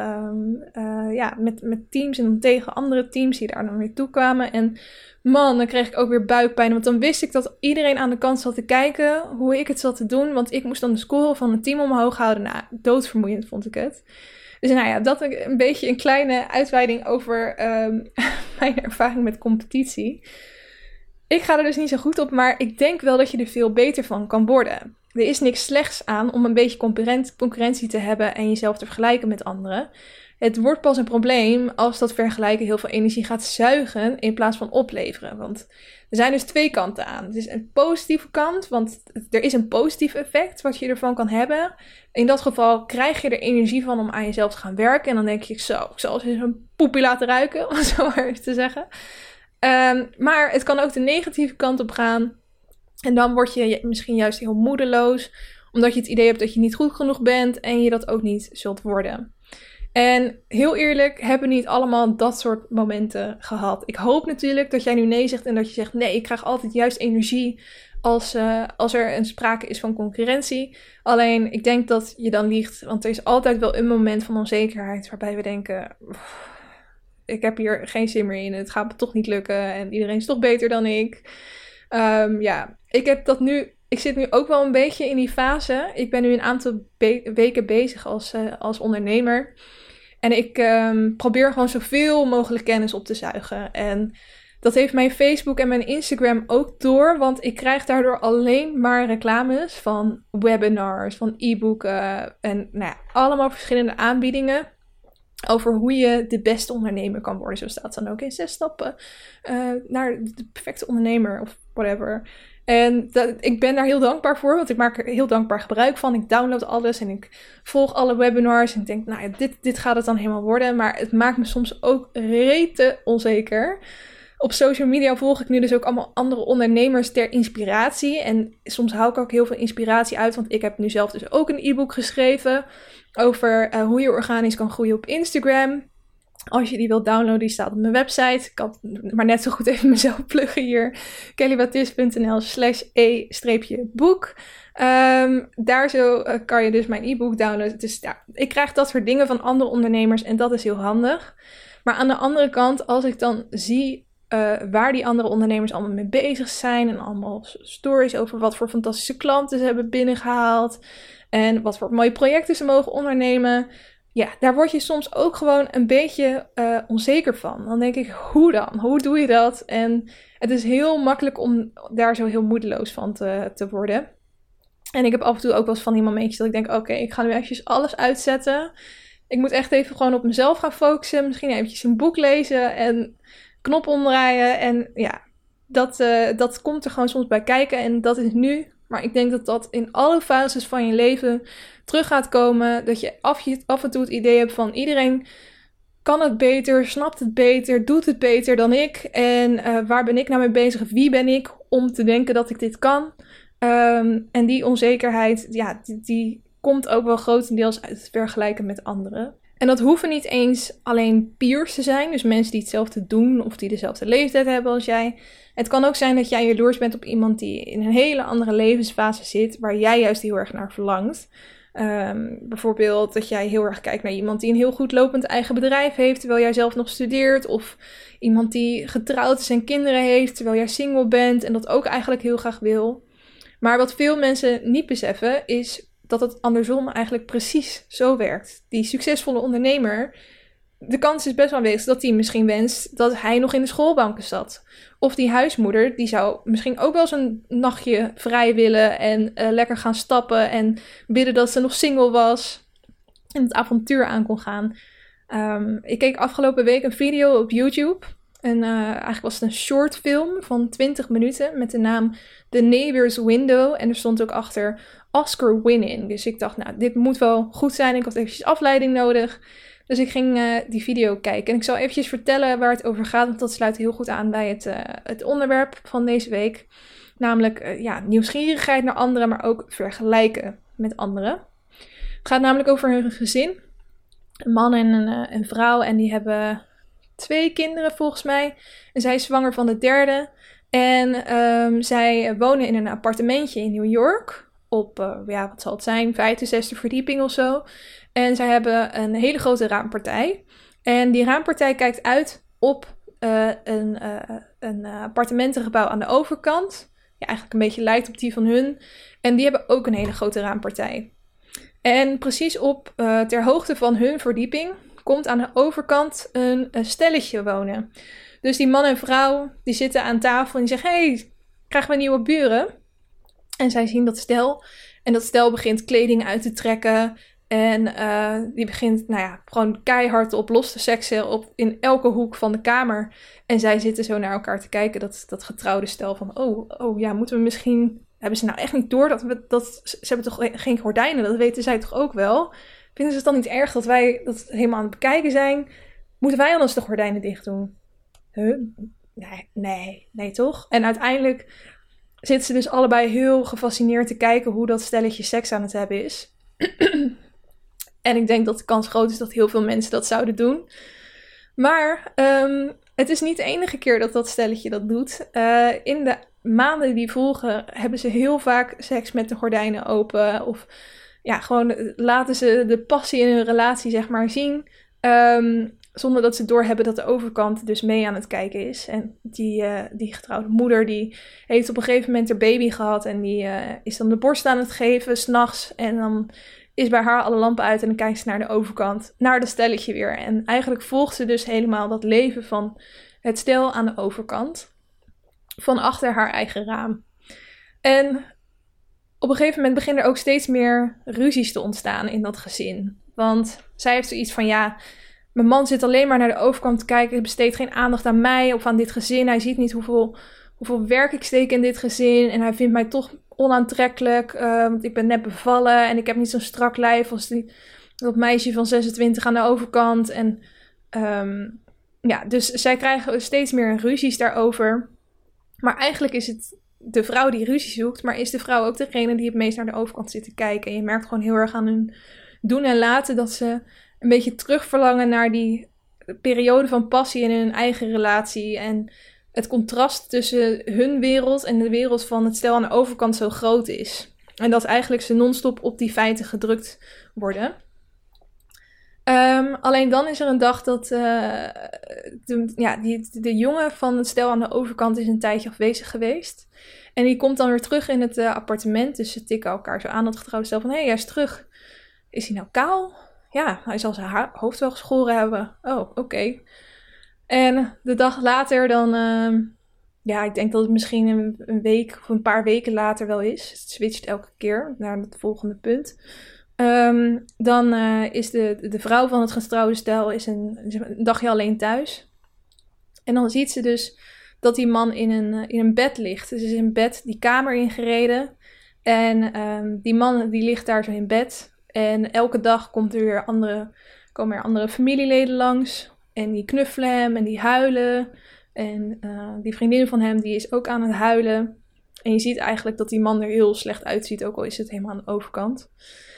met teams en dan tegen andere teams die daar dan weer toe kwamen. En man, dan kreeg ik ook weer buikpijn. Want dan wist ik dat iedereen aan de kant zat te kijken hoe ik het zat te doen. Want ik moest dan de score van het team omhoog houden. Nou, doodvermoeiend vond ik het. Dus nou ja, dat een beetje een kleine uitweiding over mijn ervaring met competitie. Ik ga er dus niet zo goed op, maar ik denk wel dat je er veel beter van kan worden. Er is niks slechts aan om een beetje concurrentie te hebben en jezelf te vergelijken met anderen. Het wordt pas een probleem als dat vergelijken heel veel energie gaat zuigen in plaats van opleveren. Want er zijn dus twee kanten aan. Het is een positieve kant, want er is een positief effect wat je ervan kan hebben. In dat geval krijg je er energie van om aan jezelf te gaan werken. En dan denk je, ik zal eens een poepie laten ruiken, om het zo maar even te zeggen. Maar het kan ook de negatieve kant op gaan. En dan word je misschien juist heel moedeloos, omdat je het idee hebt dat je niet goed genoeg bent en je dat ook niet zult worden. En heel eerlijk, hebben we niet allemaal dat soort momenten gehad. Ik hoop natuurlijk dat jij nu nee zegt en dat je zegt, nee, ik krijg altijd juist energie als er een sprake is van concurrentie. Alleen, ik denk dat je dan liegt, want er is altijd wel een moment van onzekerheid waarbij we denken, ik heb hier geen zin meer in, het gaat me toch niet lukken en iedereen is toch beter dan ik. Ik zit nu ook wel een beetje in die fase. Ik ben nu een aantal weken bezig als ondernemer. En ik probeer gewoon zoveel mogelijk kennis op te zuigen. En dat heeft mijn Facebook en mijn Instagram ook door. Want ik krijg daardoor alleen maar reclames van webinars, van e-boeken. En nou ja, allemaal verschillende aanbiedingen over hoe je de beste ondernemer kan worden. Zo staat het dan ook in 6 stappen naar de perfecte ondernemer of whatever. En ik ben daar heel dankbaar voor, want ik maak er heel dankbaar gebruik van. Ik download alles en ik volg alle webinars en ik denk, nou ja, dit gaat het dan helemaal worden. Maar het maakt me soms ook rete onzeker. Op social media volg ik nu dus ook allemaal andere ondernemers ter inspiratie. En soms haal ik ook heel veel inspiratie uit, want ik heb nu zelf dus ook een e-book geschreven over hoe je organisch kan groeien op Instagram. Als je die wilt downloaden, die staat op mijn website. Ik kan maar net zo goed even mezelf pluggen hier. kellywatis.nl/e-boek. Daar zo kan je dus mijn e-book downloaden. Dus ja, ik krijg dat soort dingen van andere ondernemers en dat is heel handig. Maar aan de andere kant, als ik dan zie waar die andere ondernemers allemaal mee bezig zijn en allemaal stories over wat voor fantastische klanten ze hebben binnengehaald en wat voor mooie projecten ze mogen ondernemen. Ja, daar word je soms ook gewoon een beetje onzeker van. Dan denk ik, hoe dan? Hoe doe je dat? En het is heel makkelijk om daar zo heel moedeloos van te worden. En ik heb af en toe ook wel eens van die momentjes dat ik denk, oké, ik ga nu eventjes alles uitzetten. Ik moet echt even gewoon op mezelf gaan focussen. Misschien eventjes een boek lezen en knop omdraaien. En ja, dat komt er gewoon soms bij kijken. En dat is nu. Maar ik denk dat dat in alle fases van je leven terug gaat komen. Dat je af en toe het idee hebt van iedereen kan het beter, snapt het beter, doet het beter dan ik. En waar ben ik nou mee bezig? Wie ben ik om te denken dat ik dit kan? En die onzekerheid, ja, die komt ook wel grotendeels uit het vergelijken met anderen. En dat hoeven niet eens alleen peers te zijn, dus mensen die hetzelfde doen of die dezelfde leeftijd hebben als jij. Het kan ook zijn dat jij jaloers bent op iemand die in een hele andere levensfase zit, waar jij juist heel erg naar verlangt. Bijvoorbeeld dat jij heel erg kijkt naar iemand die een heel goed lopend eigen bedrijf heeft, terwijl jij zelf nog studeert. Of iemand die getrouwd is en kinderen heeft, terwijl jij single bent en dat ook eigenlijk heel graag wil. Maar wat veel mensen niet beseffen is dat het andersom eigenlijk precies zo werkt. Die succesvolle ondernemer, de kans is best wel aanwezig dat hij misschien wenst dat hij nog in de schoolbanken zat. Of die huismoeder, die zou misschien ook wel eens een nachtje vrij willen en lekker gaan stappen en bidden dat ze nog single was en het avontuur aan kon gaan. Ik keek afgelopen week een video op YouTube. En eigenlijk was het een short film van 20 minuten met de naam The Neighbor's Window. En er stond ook achter Oscar win-in. Dus ik dacht, nou, dit moet wel goed zijn. Ik had eventjes afleiding nodig. Dus ik ging die video kijken. En ik zal eventjes vertellen waar het over gaat. Want dat sluit heel goed aan bij het onderwerp van deze week. Namelijk nieuwsgierigheid naar anderen, maar ook vergelijken met anderen. Het gaat namelijk over een gezin. Een man en een vrouw. En die hebben 2 kinderen volgens mij. En zij is zwanger van de 3e. En zij wonen in een appartementje in New York. Op, wat zal het zijn? 5e, 6e verdieping of zo. En zij hebben een hele grote raampartij. En die raampartij kijkt uit op een appartementengebouw aan de overkant. Ja, eigenlijk een beetje lijkt op die van hun. En die hebben ook een hele grote raampartij. En precies ter hoogte van hun verdieping komt aan de overkant een stelletje wonen. Dus die man en vrouw die zitten aan tafel en die zeggen: hey, krijgen we nieuwe buren? En zij zien dat stel. En dat stel begint kleding uit te trekken. En die begint gewoon keihard op los te seksen in elke hoek van de kamer. En zij zitten zo naar elkaar te kijken, dat getrouwde stel van... moeten we misschien... Hebben ze nou echt niet door ze hebben toch geen gordijnen? Dat weten zij toch ook wel? Vinden ze het dan niet erg dat wij dat helemaal aan het bekijken zijn? Moeten wij anders de gordijnen dicht doen? Nee, toch? En uiteindelijk zitten ze dus allebei heel gefascineerd te kijken hoe dat stelletje seks aan het hebben is. En ik denk dat de kans groot is dat heel veel mensen dat zouden doen. Maar het is niet de enige keer dat dat stelletje dat doet. In de maanden die volgen hebben ze heel vaak seks met de gordijnen open. Of gewoon laten ze de passie in hun relatie zeg maar zien. Zonder dat ze doorhebben dat de overkant dus mee aan het kijken is. En die getrouwde moeder die heeft op een gegeven moment haar baby gehad. En die is dan de borst aan het geven 's nachts. En dan is bij haar alle lampen uit en dan kijkt ze naar de overkant. Naar dat stelletje weer. En eigenlijk volgt ze dus helemaal dat leven van het stel aan de overkant. Van achter haar eigen raam. En op een gegeven moment beginnen er ook steeds meer ruzies te ontstaan in dat gezin. Want zij heeft zoiets van mijn man zit alleen maar naar de overkant te kijken. Hij besteedt geen aandacht aan mij of aan dit gezin. Hij ziet niet hoeveel werk ik steek in dit gezin. En hij vindt mij toch onaantrekkelijk. Want ik ben net bevallen en ik heb niet zo'n strak lijf als dat meisje van 26 aan de overkant. En dus zij krijgen steeds meer ruzies daarover. Maar eigenlijk is het de vrouw die ruzie zoekt. Maar is de vrouw ook degene die het meest naar de overkant zit te kijken. En je merkt gewoon heel erg aan hun doen en laten dat ze een beetje terugverlangen naar die periode van passie in hun eigen relatie. En het contrast tussen hun wereld en de wereld van het stel aan de overkant zo groot is. En dat eigenlijk ze non-stop op die feiten gedrukt worden. Alleen dan is er een dag dat de jongen van het stel aan de overkant is een tijdje afwezig geweest. En die komt dan weer terug in het appartement. Dus ze tikken elkaar zo aan, dat getrouwde stel van: hey, hij is terug. Is hij nou kaal? Ja, hij zal zijn hoofd wel geschoren hebben. Oh, oké. En de dag later dan... ik denk dat het misschien een week of een paar weken later wel is. Het switcht elke keer naar het volgende punt. Dan is de vrouw van het getrouwde stel is een dagje alleen thuis. En dan ziet ze dus dat die man in een bed ligt. Dus is in bed die kamer ingereden. En die man die ligt daar zo in bed. En elke dag komen er andere familieleden langs. En die knuffelen hem en die huilen. En die vriendin van hem die is ook aan het huilen. En je ziet eigenlijk dat die man er heel slecht uitziet. Ook al is het helemaal aan de overkant.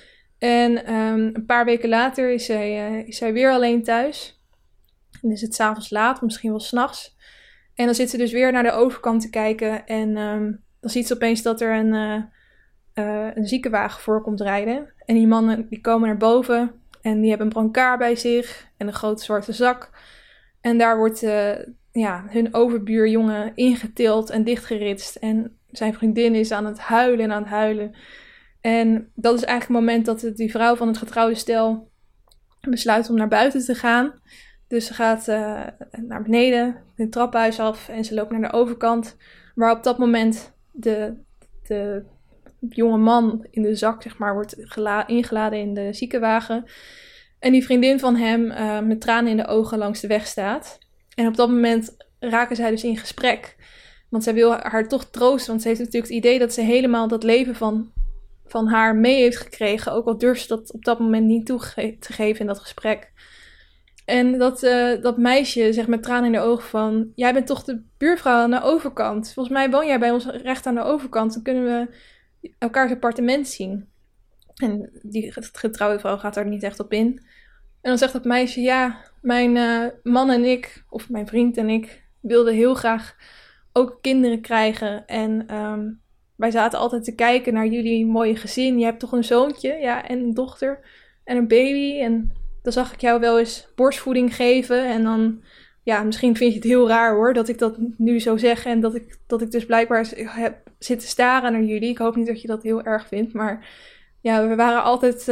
En een paar weken later is zij weer alleen thuis. En is het 's avonds laat, misschien wel 's nachts. En dan zit ze dus weer naar de overkant te kijken. En dan ziet ze opeens dat er een ziekenwagen voor komt rijden. En die mannen die komen naar boven. En die hebben een brancard bij zich. En een grote zwarte zak. En daar wordt hun overbuurjongen ingetild en dichtgeritst. En zijn vriendin is aan het huilen en aan het huilen. En dat is eigenlijk het moment dat die vrouw van het getrouwde stel besluit om naar buiten te gaan. Dus ze gaat naar beneden, het trappenhuis af en ze loopt naar de overkant. Waar op dat moment de jonge man in de zak, zeg maar, wordt ingeladen in de ziekenwagen. En die vriendin van hem met tranen in de ogen langs de weg staat. En op dat moment raken zij dus in gesprek. Want zij wil haar toch troosten, want ze heeft natuurlijk het idee dat ze helemaal dat leven van haar mee heeft gekregen. Ook al durft ze dat op dat moment niet toe te geven in dat gesprek. En dat meisje zegt met tranen in de ogen van... Jij bent toch de buurvrouw aan de overkant? Volgens mij woon jij bij ons recht aan de overkant. Dan kunnen we elkaars appartement zien. En die getrouwde vrouw gaat daar niet echt op in. En dan zegt dat meisje... Ja, mijn man en ik, of mijn vriend en ik... wilden heel graag ook kinderen krijgen. En wij zaten altijd te kijken naar jullie mooie gezin. Je hebt toch een zoontje, ja, en een dochter en een baby. En dan zag ik jou wel eens borstvoeding geven. En dan, ja, misschien vind je het heel raar hoor, dat ik dat nu zo zeg. En dat ik dus blijkbaar heb zitten staren naar jullie. Ik hoop niet dat je dat heel erg vindt. Maar ja, we waren altijd...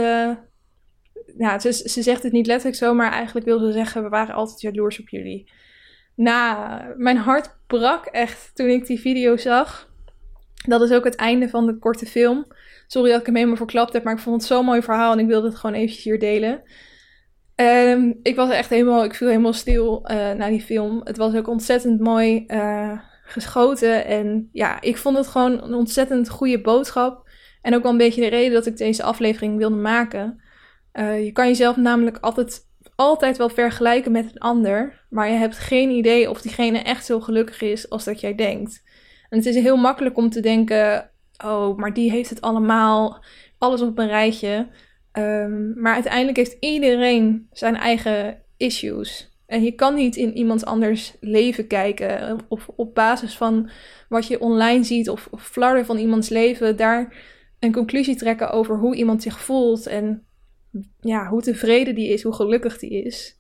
ze zegt het niet letterlijk zo, maar eigenlijk wilde ze zeggen... we waren altijd jaloers op jullie. Nou, mijn hart brak echt toen ik die video zag. Dat is ook het einde van de korte film. Sorry dat ik hem helemaal verklapt heb, maar ik vond het zo'n mooi verhaal en ik wilde het gewoon eventjes hier delen. Ik viel helemaal stil na die film. Het was ook ontzettend mooi geschoten en ja, ik vond het gewoon een ontzettend goede boodschap. En ook wel een beetje de reden dat ik deze aflevering wilde maken. Je kan jezelf namelijk altijd wel vergelijken met een ander, maar je hebt geen idee of diegene echt zo gelukkig is als dat jij denkt. En het is heel makkelijk om te denken, oh, maar die heeft het allemaal, alles op een rijtje. Maar uiteindelijk heeft iedereen zijn eigen issues. En je kan niet in iemand anders leven kijken of op basis van wat je online ziet of flarden van iemands leven, daar een conclusie trekken over hoe iemand zich voelt en ja, hoe tevreden die is, hoe gelukkig die is.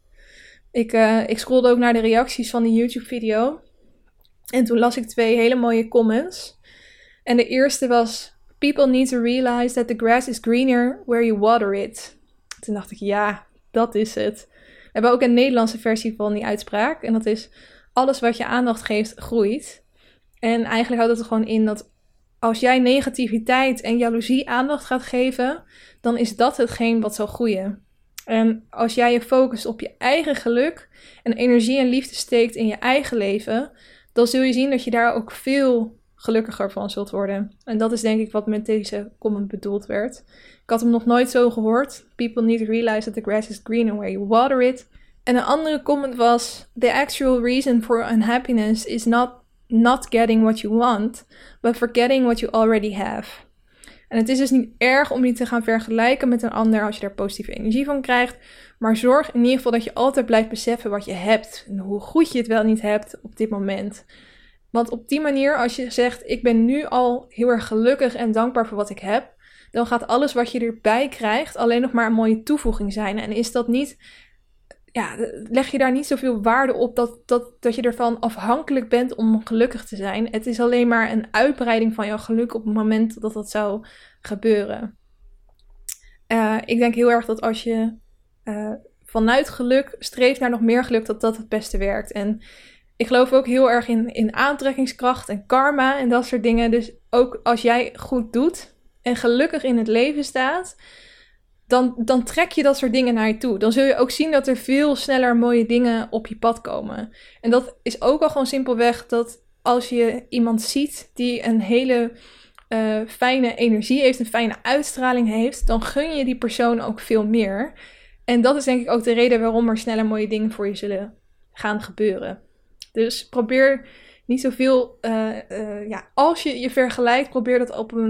Ik scrollde ook naar de reacties van die YouTube-video. En toen las ik 2 hele mooie comments. En de eerste was... People need to realize that the grass is greener where you water it. Toen dacht ik, ja, dat is het. We hebben ook een Nederlandse versie van die uitspraak. En dat is... Alles wat je aandacht geeft, groeit. En eigenlijk houdt het er gewoon in dat... Als jij negativiteit en jaloezie aandacht gaat geven... dan is dat hetgeen wat zal groeien. En als jij je focust op je eigen geluk... en energie en liefde steekt in je eigen leven... dan zul je zien dat je daar ook veel gelukkiger van zult worden. En dat is denk ik wat met deze comment bedoeld werd. Ik had hem nog nooit zo gehoord. People need to realize that the grass is greener where you water it. En een andere comment was... The actual reason for unhappiness is not getting what you want... but forgetting what you already have. En het is dus niet erg om je te gaan vergelijken met een ander... als je daar positieve energie van krijgt... maar zorg in ieder geval dat je altijd blijft beseffen wat je hebt... en hoe goed je het wel niet hebt op dit moment... Want op die manier, als je zegt, ik ben nu al heel erg gelukkig en dankbaar voor wat ik heb, dan gaat alles wat je erbij krijgt alleen nog maar een mooie toevoeging zijn. En is dat niet, ja, leg je daar niet zoveel waarde op dat je ervan afhankelijk bent om gelukkig te zijn. Het is alleen maar een uitbreiding van jouw geluk op het moment dat dat zou gebeuren. Ik denk heel erg dat als je vanuit geluk streeft naar nog meer geluk, dat het beste werkt. En ik geloof ook heel erg in aantrekkingskracht en karma en dat soort dingen. Dus ook als jij goed doet en gelukkig in het leven staat, dan trek je dat soort dingen naar je toe. Dan zul je ook zien dat er veel sneller mooie dingen op je pad komen. En dat is ook al gewoon simpelweg dat als je iemand ziet die een hele fijne energie heeft, een fijne uitstraling heeft, dan gun je die persoon ook veel meer. En dat is denk ik ook de reden waarom er sneller mooie dingen voor je zullen gaan gebeuren. Dus probeer niet zoveel, als je je vergelijkt, probeer dat op een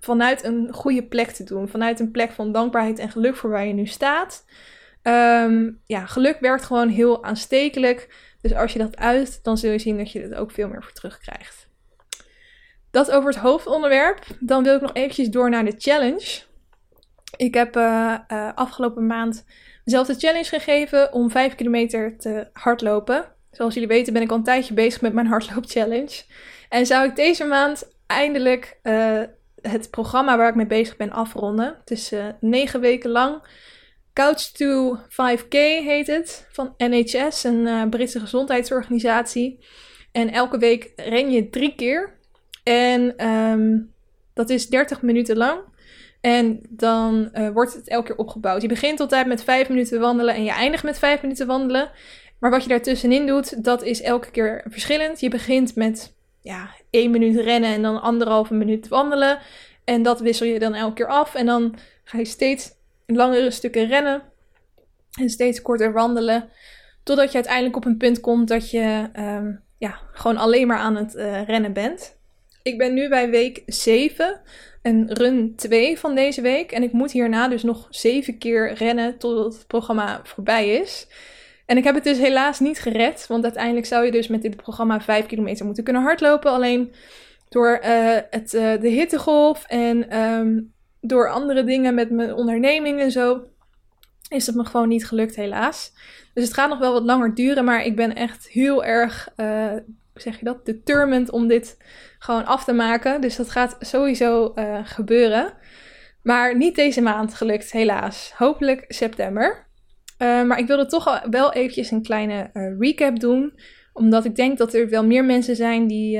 vanuit een goede plek te doen. Vanuit een plek van dankbaarheid en geluk voor waar je nu staat. Geluk werkt gewoon heel aanstekelijk. Dus als je dat uit, dan zul je zien dat je er ook veel meer voor terugkrijgt. Dat over het hoofdonderwerp. Dan wil ik nog eventjes door naar de challenge. Ik heb afgelopen maand mezelf de challenge gegeven om 5 kilometer te hardlopen. Zoals jullie weten ben ik al een tijdje bezig met mijn hardloopchallenge. En zou ik deze maand eindelijk het programma waar ik mee bezig ben afronden. Het is 9 weken lang. Couch to 5K heet het, van NHS, een Britse gezondheidsorganisatie. En elke week ren je 3 keer. En dat is 30 minuten lang. En dan wordt het elke keer opgebouwd. Je begint altijd met 5 minuten wandelen en je eindigt met 5 minuten wandelen. Maar wat je daartussenin doet, dat is elke keer verschillend. Je begint met 1 minuut rennen en dan 1,5 minuut wandelen. En dat wissel je dan elke keer af. En dan ga je steeds langere stukken rennen en steeds korter wandelen. Totdat je uiteindelijk op een punt komt dat je gewoon alleen maar aan het rennen bent. Ik ben nu bij week 7 en run 2 van deze week. En ik moet hierna dus nog 7 keer rennen totdat het programma voorbij is. En ik heb het dus helaas niet gered. Want uiteindelijk zou je dus met dit programma 5 kilometer moeten kunnen hardlopen. Alleen door de hittegolf en door andere dingen met mijn onderneming en zo is het me gewoon niet gelukt helaas. Dus het gaat nog wel wat langer duren. Maar ik ben echt heel erg, determined om dit gewoon af te maken. Dus dat gaat sowieso gebeuren. Maar niet deze maand gelukt helaas. Hopelijk september. Maar ik wilde toch wel eventjes een kleine recap doen. Omdat ik denk dat er wel meer mensen zijn die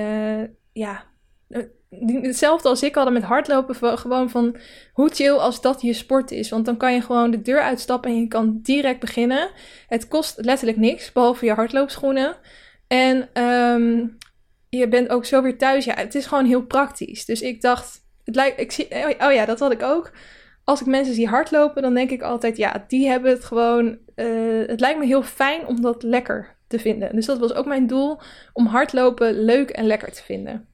hetzelfde als ik hadden met hardlopen. Gewoon van hoe chill als dat je sport is. Want dan kan je gewoon de deur uitstappen en je kan direct beginnen. Het kost letterlijk niks, behalve je hardloopschoenen. En je bent ook zo weer thuis. Ja, het is gewoon heel praktisch. Dus ik dacht, dat had ik ook. Als ik mensen zie hardlopen, dan denk ik altijd, die hebben het gewoon. Het lijkt me heel fijn om dat lekker te vinden. Dus dat was ook mijn doel, om hardlopen leuk en lekker te vinden.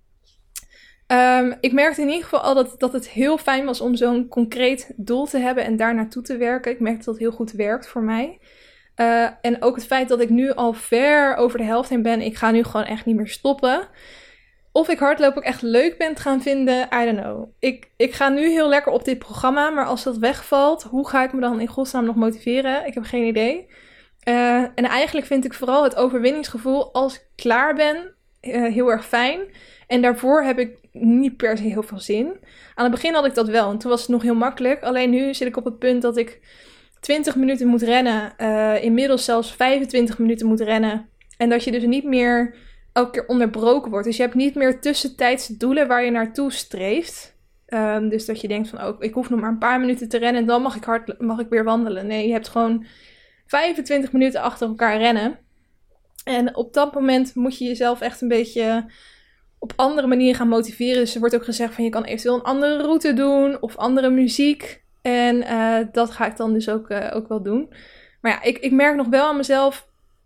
Ik merkte in ieder geval al dat het heel fijn was om zo'n concreet doel te hebben en daar naartoe te werken. Ik merk dat het heel goed werkt voor mij. En ook het feit dat ik nu al ver over de helft heen ben. Ik ga nu gewoon echt niet meer stoppen. Of ik hardlopen ook echt leuk ben te gaan vinden, I don't know. Ik ga nu heel lekker op dit programma, maar als dat wegvalt, hoe ga ik me dan in godsnaam nog motiveren? Ik heb geen idee. En eigenlijk vind ik vooral het overwinningsgevoel als ik klaar ben heel erg fijn. En daarvoor heb ik niet per se heel veel zin. Aan het begin had ik dat wel en toen was het nog heel makkelijk. Alleen nu zit ik op het punt dat ik 20 minuten moet rennen. Inmiddels zelfs 25 minuten moet rennen. En dat je dus niet meer elke keer onderbroken wordt. Dus je hebt niet meer tussentijdse doelen waar je naartoe streeft. Dus dat je denkt van, ik hoef nog maar een paar minuten te rennen en dan mag ik weer wandelen. Nee, je hebt gewoon 25 minuten achter elkaar rennen. En op dat moment moet je jezelf echt een beetje op andere manieren gaan motiveren. Dus er wordt ook gezegd van, je kan eventueel een andere route doen of andere muziek. En dat ga ik dan dus ook wel doen. Maar ja, ik merk nog wel aan mezelf,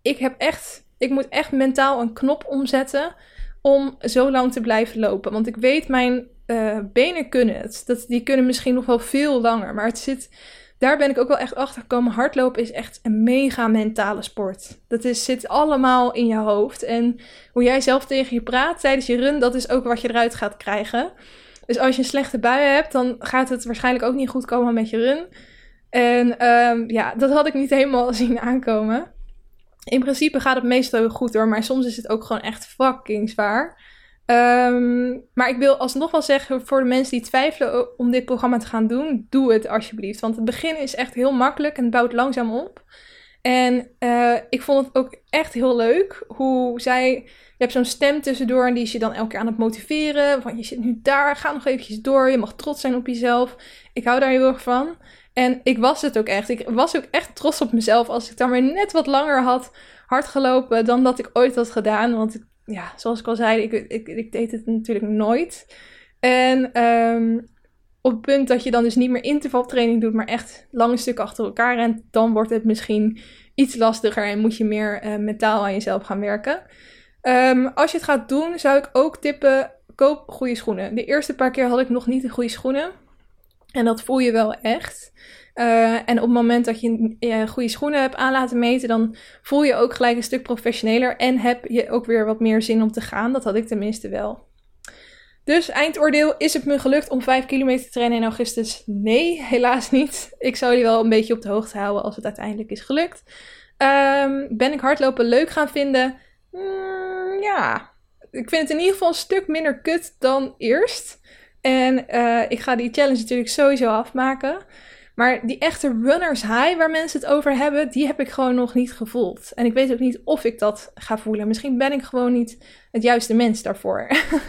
ik moet echt mentaal een knop omzetten om zo lang te blijven lopen. Want ik weet, mijn benen kunnen het. Die kunnen misschien nog wel veel langer. Maar daar ben ik ook wel echt achter gekomen. Hardlopen is echt een mega mentale sport. Zit allemaal in je hoofd. En hoe jij zelf tegen je praat tijdens je run, dat is ook wat je eruit gaat krijgen. Dus als je een slechte bui hebt, dan gaat het waarschijnlijk ook niet goed komen met je run. En dat had ik niet helemaal zien aankomen. In principe gaat het meestal heel goed hoor, maar soms is het ook gewoon echt fucking zwaar. Maar ik wil alsnog wel zeggen, voor de mensen die twijfelen om dit programma te gaan doen, doe het alsjeblieft. Want het begin is echt heel makkelijk en het bouwt langzaam op. En ik vond het ook echt heel leuk hoe je hebt zo'n stem tussendoor en die is je dan elke keer aan het motiveren. Van je zit nu daar, ga nog eventjes door, je mag trots zijn op jezelf. Ik hou daar heel erg van. En ik was het ook echt. Ik was ook echt trots op mezelf als ik dan weer net wat langer had hard gelopen dan dat ik ooit had gedaan. Want zoals ik al zei, ik deed het natuurlijk nooit. En op het punt dat je dan dus niet meer intervaltraining doet, maar echt lange stukken achter elkaar rent, dan wordt het misschien iets lastiger en moet je meer mentaal aan jezelf gaan werken. Als je het gaat doen, zou ik ook tippen, koop goede schoenen. De eerste paar keer had ik nog niet de goede schoenen. En dat voel je wel echt. En op het moment dat je goede schoenen hebt aan laten meten, dan voel je ook gelijk een stuk professioneler. En heb je ook weer wat meer zin om te gaan. Dat had ik tenminste wel. Dus eindoordeel, is het me gelukt om 5 kilometer te trainen in augustus? Nee, helaas niet. Ik zou jullie wel een beetje op de hoogte houden als het uiteindelijk is gelukt. Ben ik hardlopen leuk gaan vinden? Ja, ik vind het in ieder geval een stuk minder kut dan eerst. En ik ga die challenge natuurlijk sowieso afmaken. Maar die echte runners high waar mensen het over hebben, die heb ik gewoon nog niet gevoeld. En ik weet ook niet of ik dat ga voelen. Misschien ben ik gewoon niet het juiste mens daarvoor.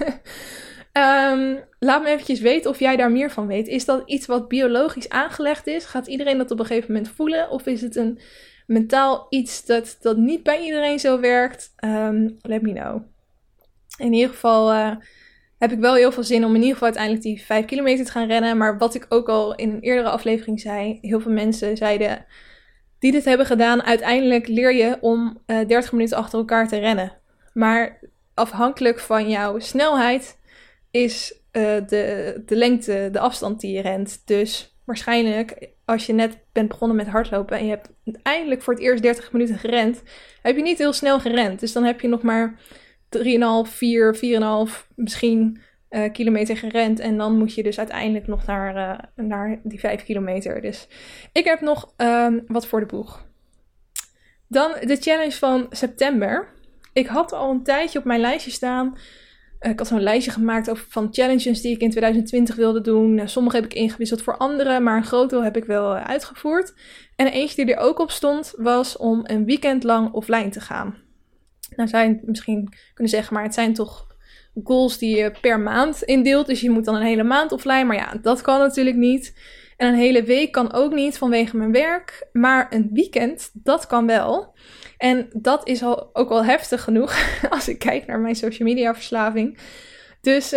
Laat me eventjes weten of jij daar meer van weet. Is dat iets wat biologisch aangelegd is? Gaat iedereen dat op een gegeven moment voelen? Of is het een mentaal iets dat niet bij iedereen zo werkt? Let me know. In ieder geval heb ik wel heel veel zin om in ieder geval uiteindelijk die 5 kilometer te gaan rennen. Maar wat ik ook al in een eerdere aflevering zei, heel veel mensen zeiden die dit hebben gedaan, uiteindelijk leer je om 30 minuten achter elkaar te rennen. Maar afhankelijk van jouw snelheid is de lengte, de afstand die je rent. Dus waarschijnlijk als je net bent begonnen met hardlopen en je hebt uiteindelijk voor het eerst 30 minuten gerend, heb je niet heel snel gerend. Dus dan heb je nog maar 3,5, 4,5 misschien kilometer gerend. En dan moet je dus uiteindelijk nog naar die 5 kilometer. Dus ik heb nog wat voor de boeg. Dan de challenge van september. Ik had al een tijdje op mijn lijstje staan. Ik had zo'n lijstje gemaakt van challenges die ik in 2020 wilde doen. Sommige heb ik ingewisseld voor andere, maar een groot deel heb ik wel uitgevoerd. En eentje die er ook op stond was om een weekend lang offline te gaan. Nou zou je misschien kunnen zeggen, maar het zijn toch goals die je per maand indeelt. Dus je moet dan een hele maand offline. Maar ja, dat kan natuurlijk niet. En een hele week kan ook niet vanwege mijn werk. Maar een weekend, dat kan wel. En dat is ook al heftig genoeg als ik kijk naar mijn social media verslaving. Dus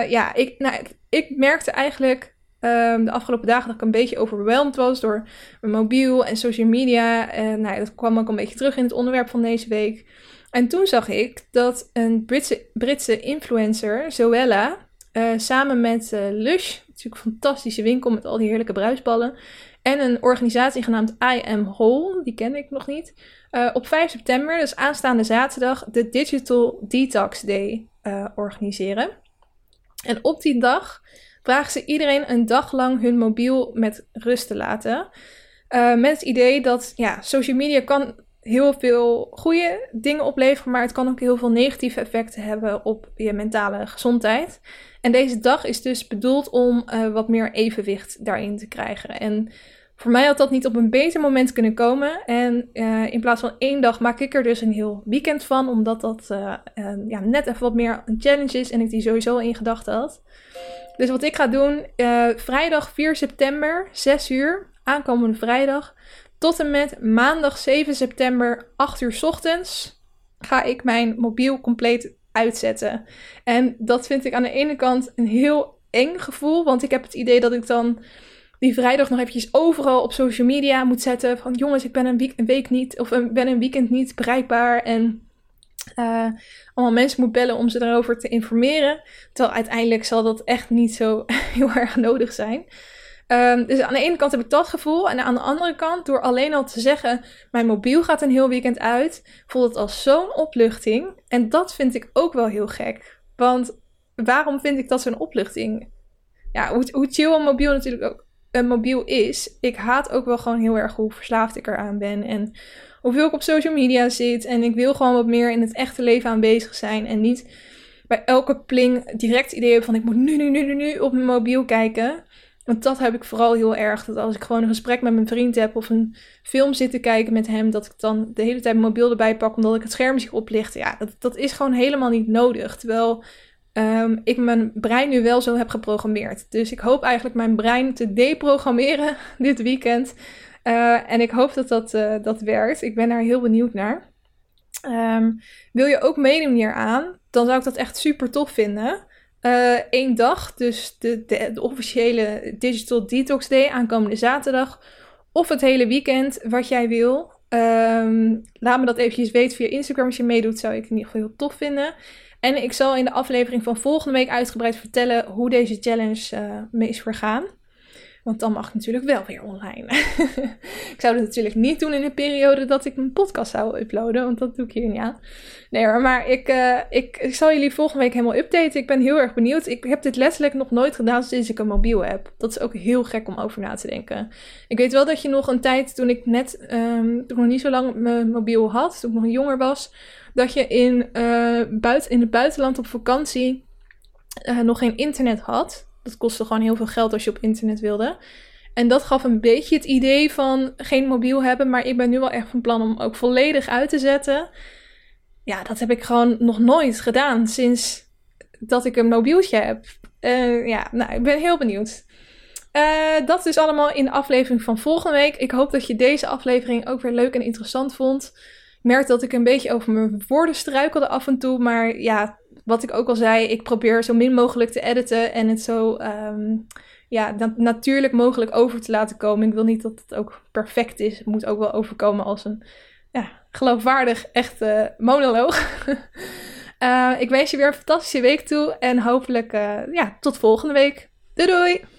ik merkte eigenlijk de afgelopen dagen dat ik een beetje overweldigd was door mijn mobiel en social media. En dat kwam ook een beetje terug in het onderwerp van deze week. En toen zag ik dat een Britse influencer, Zoella, samen met Lush, natuurlijk een fantastische winkel met al die heerlijke bruisballen, en een organisatie genaamd I Am Whole, die kende ik nog niet, op 5 september, dus aanstaande zaterdag, de Digital Detox Day organiseren. En op die dag vragen ze iedereen een dag lang hun mobiel met rust te laten. Met het idee dat social media kan heel veel goede dingen opleveren, maar het kan ook heel veel negatieve effecten hebben op je mentale gezondheid. En deze dag is dus bedoeld om wat meer evenwicht daarin te krijgen. En voor mij had dat niet op een beter moment kunnen komen. En in plaats van 1 dag maak ik er dus een heel weekend van, omdat dat net even wat meer een challenge is en ik die sowieso in gedachten had. Dus wat ik ga doen, vrijdag 4 september, 6 uur, aankomende vrijdag, tot en met maandag 7 september, 8 uur 's ochtends, ga ik mijn mobiel compleet uitzetten. En dat vind ik aan de ene kant een heel eng gevoel, want ik heb het idee dat ik dan die vrijdag nog eventjes overal op social media moet zetten van jongens, ik ben een week niet, of ben een weekend niet bereikbaar en allemaal mensen moet bellen om ze daarover te informeren. Terwijl uiteindelijk zal dat echt niet zo heel erg nodig zijn. Dus aan de ene kant heb ik dat gevoel. En aan de andere kant, door alleen al te zeggen, mijn mobiel gaat een heel weekend uit, voelt het als zo'n opluchting. En dat vind ik ook wel heel gek. Want waarom vind ik dat zo'n opluchting? Ja, hoe chill een mobiel natuurlijk ook een mobiel is. Ik haat ook wel gewoon heel erg hoe verslaafd ik eraan ben. En hoeveel ik op social media zit. En ik wil gewoon wat meer in het echte leven aanwezig zijn. En niet bij elke pling direct het idee hebben van ik moet nu op mijn mobiel kijken. Want dat heb ik vooral heel erg. Dat als ik gewoon een gesprek met mijn vriend heb of een film zit te kijken met hem, dat ik dan de hele tijd mijn mobiel erbij pak omdat ik het scherm zie oplichten. Ja, dat is gewoon helemaal niet nodig. Terwijl ik mijn brein nu wel zo heb geprogrammeerd. Dus ik hoop eigenlijk mijn brein te deprogrammeren dit weekend. En ik hoop dat werkt. Ik ben daar heel benieuwd naar. Wil je ook meedoen hieraan? Dan zou ik dat echt super tof vinden. 1 dag, dus de officiële Digital Detox Day aankomende zaterdag. Of het hele weekend, wat jij wil. Laat me dat eventjes weten via Instagram als je meedoet, zou ik in ieder geval heel tof vinden. En ik zal in de aflevering van volgende week uitgebreid vertellen hoe deze challenge mee is vergaan. Want dan mag ik natuurlijk wel weer online. Ik zou het natuurlijk niet doen in een periode dat ik mijn podcast zou uploaden. Want dat doe ik hier niet aan. Nee hoor, maar ik zal jullie volgende week helemaal updaten. Ik ben heel erg benieuwd. Ik heb dit letterlijk nog nooit gedaan sinds ik een mobiel heb. Dat is ook heel gek om over na te denken. Ik weet wel dat je nog een tijd, toen ik nog niet zo lang mijn mobiel had. Toen ik nog jonger was. Dat je in het buitenland op vakantie nog geen internet had. Dat kostte gewoon heel veel geld als je op internet wilde. En dat gaf een beetje het idee van geen mobiel hebben. Maar ik ben nu wel echt van plan om ook volledig uit te zetten. Ja, dat heb ik gewoon nog nooit gedaan sinds dat ik een mobieltje heb. Ik ben heel benieuwd. Dat dus allemaal in de aflevering van volgende week. Ik hoop dat je deze aflevering ook weer leuk en interessant vond. Ik merk dat ik een beetje over mijn woorden struikelde af en toe. Maar ja, wat ik ook al zei, ik probeer zo min mogelijk te editen en het zo natuurlijk mogelijk over te laten komen. Ik wil niet dat het ook perfect is. Het moet ook wel overkomen als een geloofwaardig echte monoloog. Ik wens je weer een fantastische week toe en hopelijk tot volgende week. Doei doei!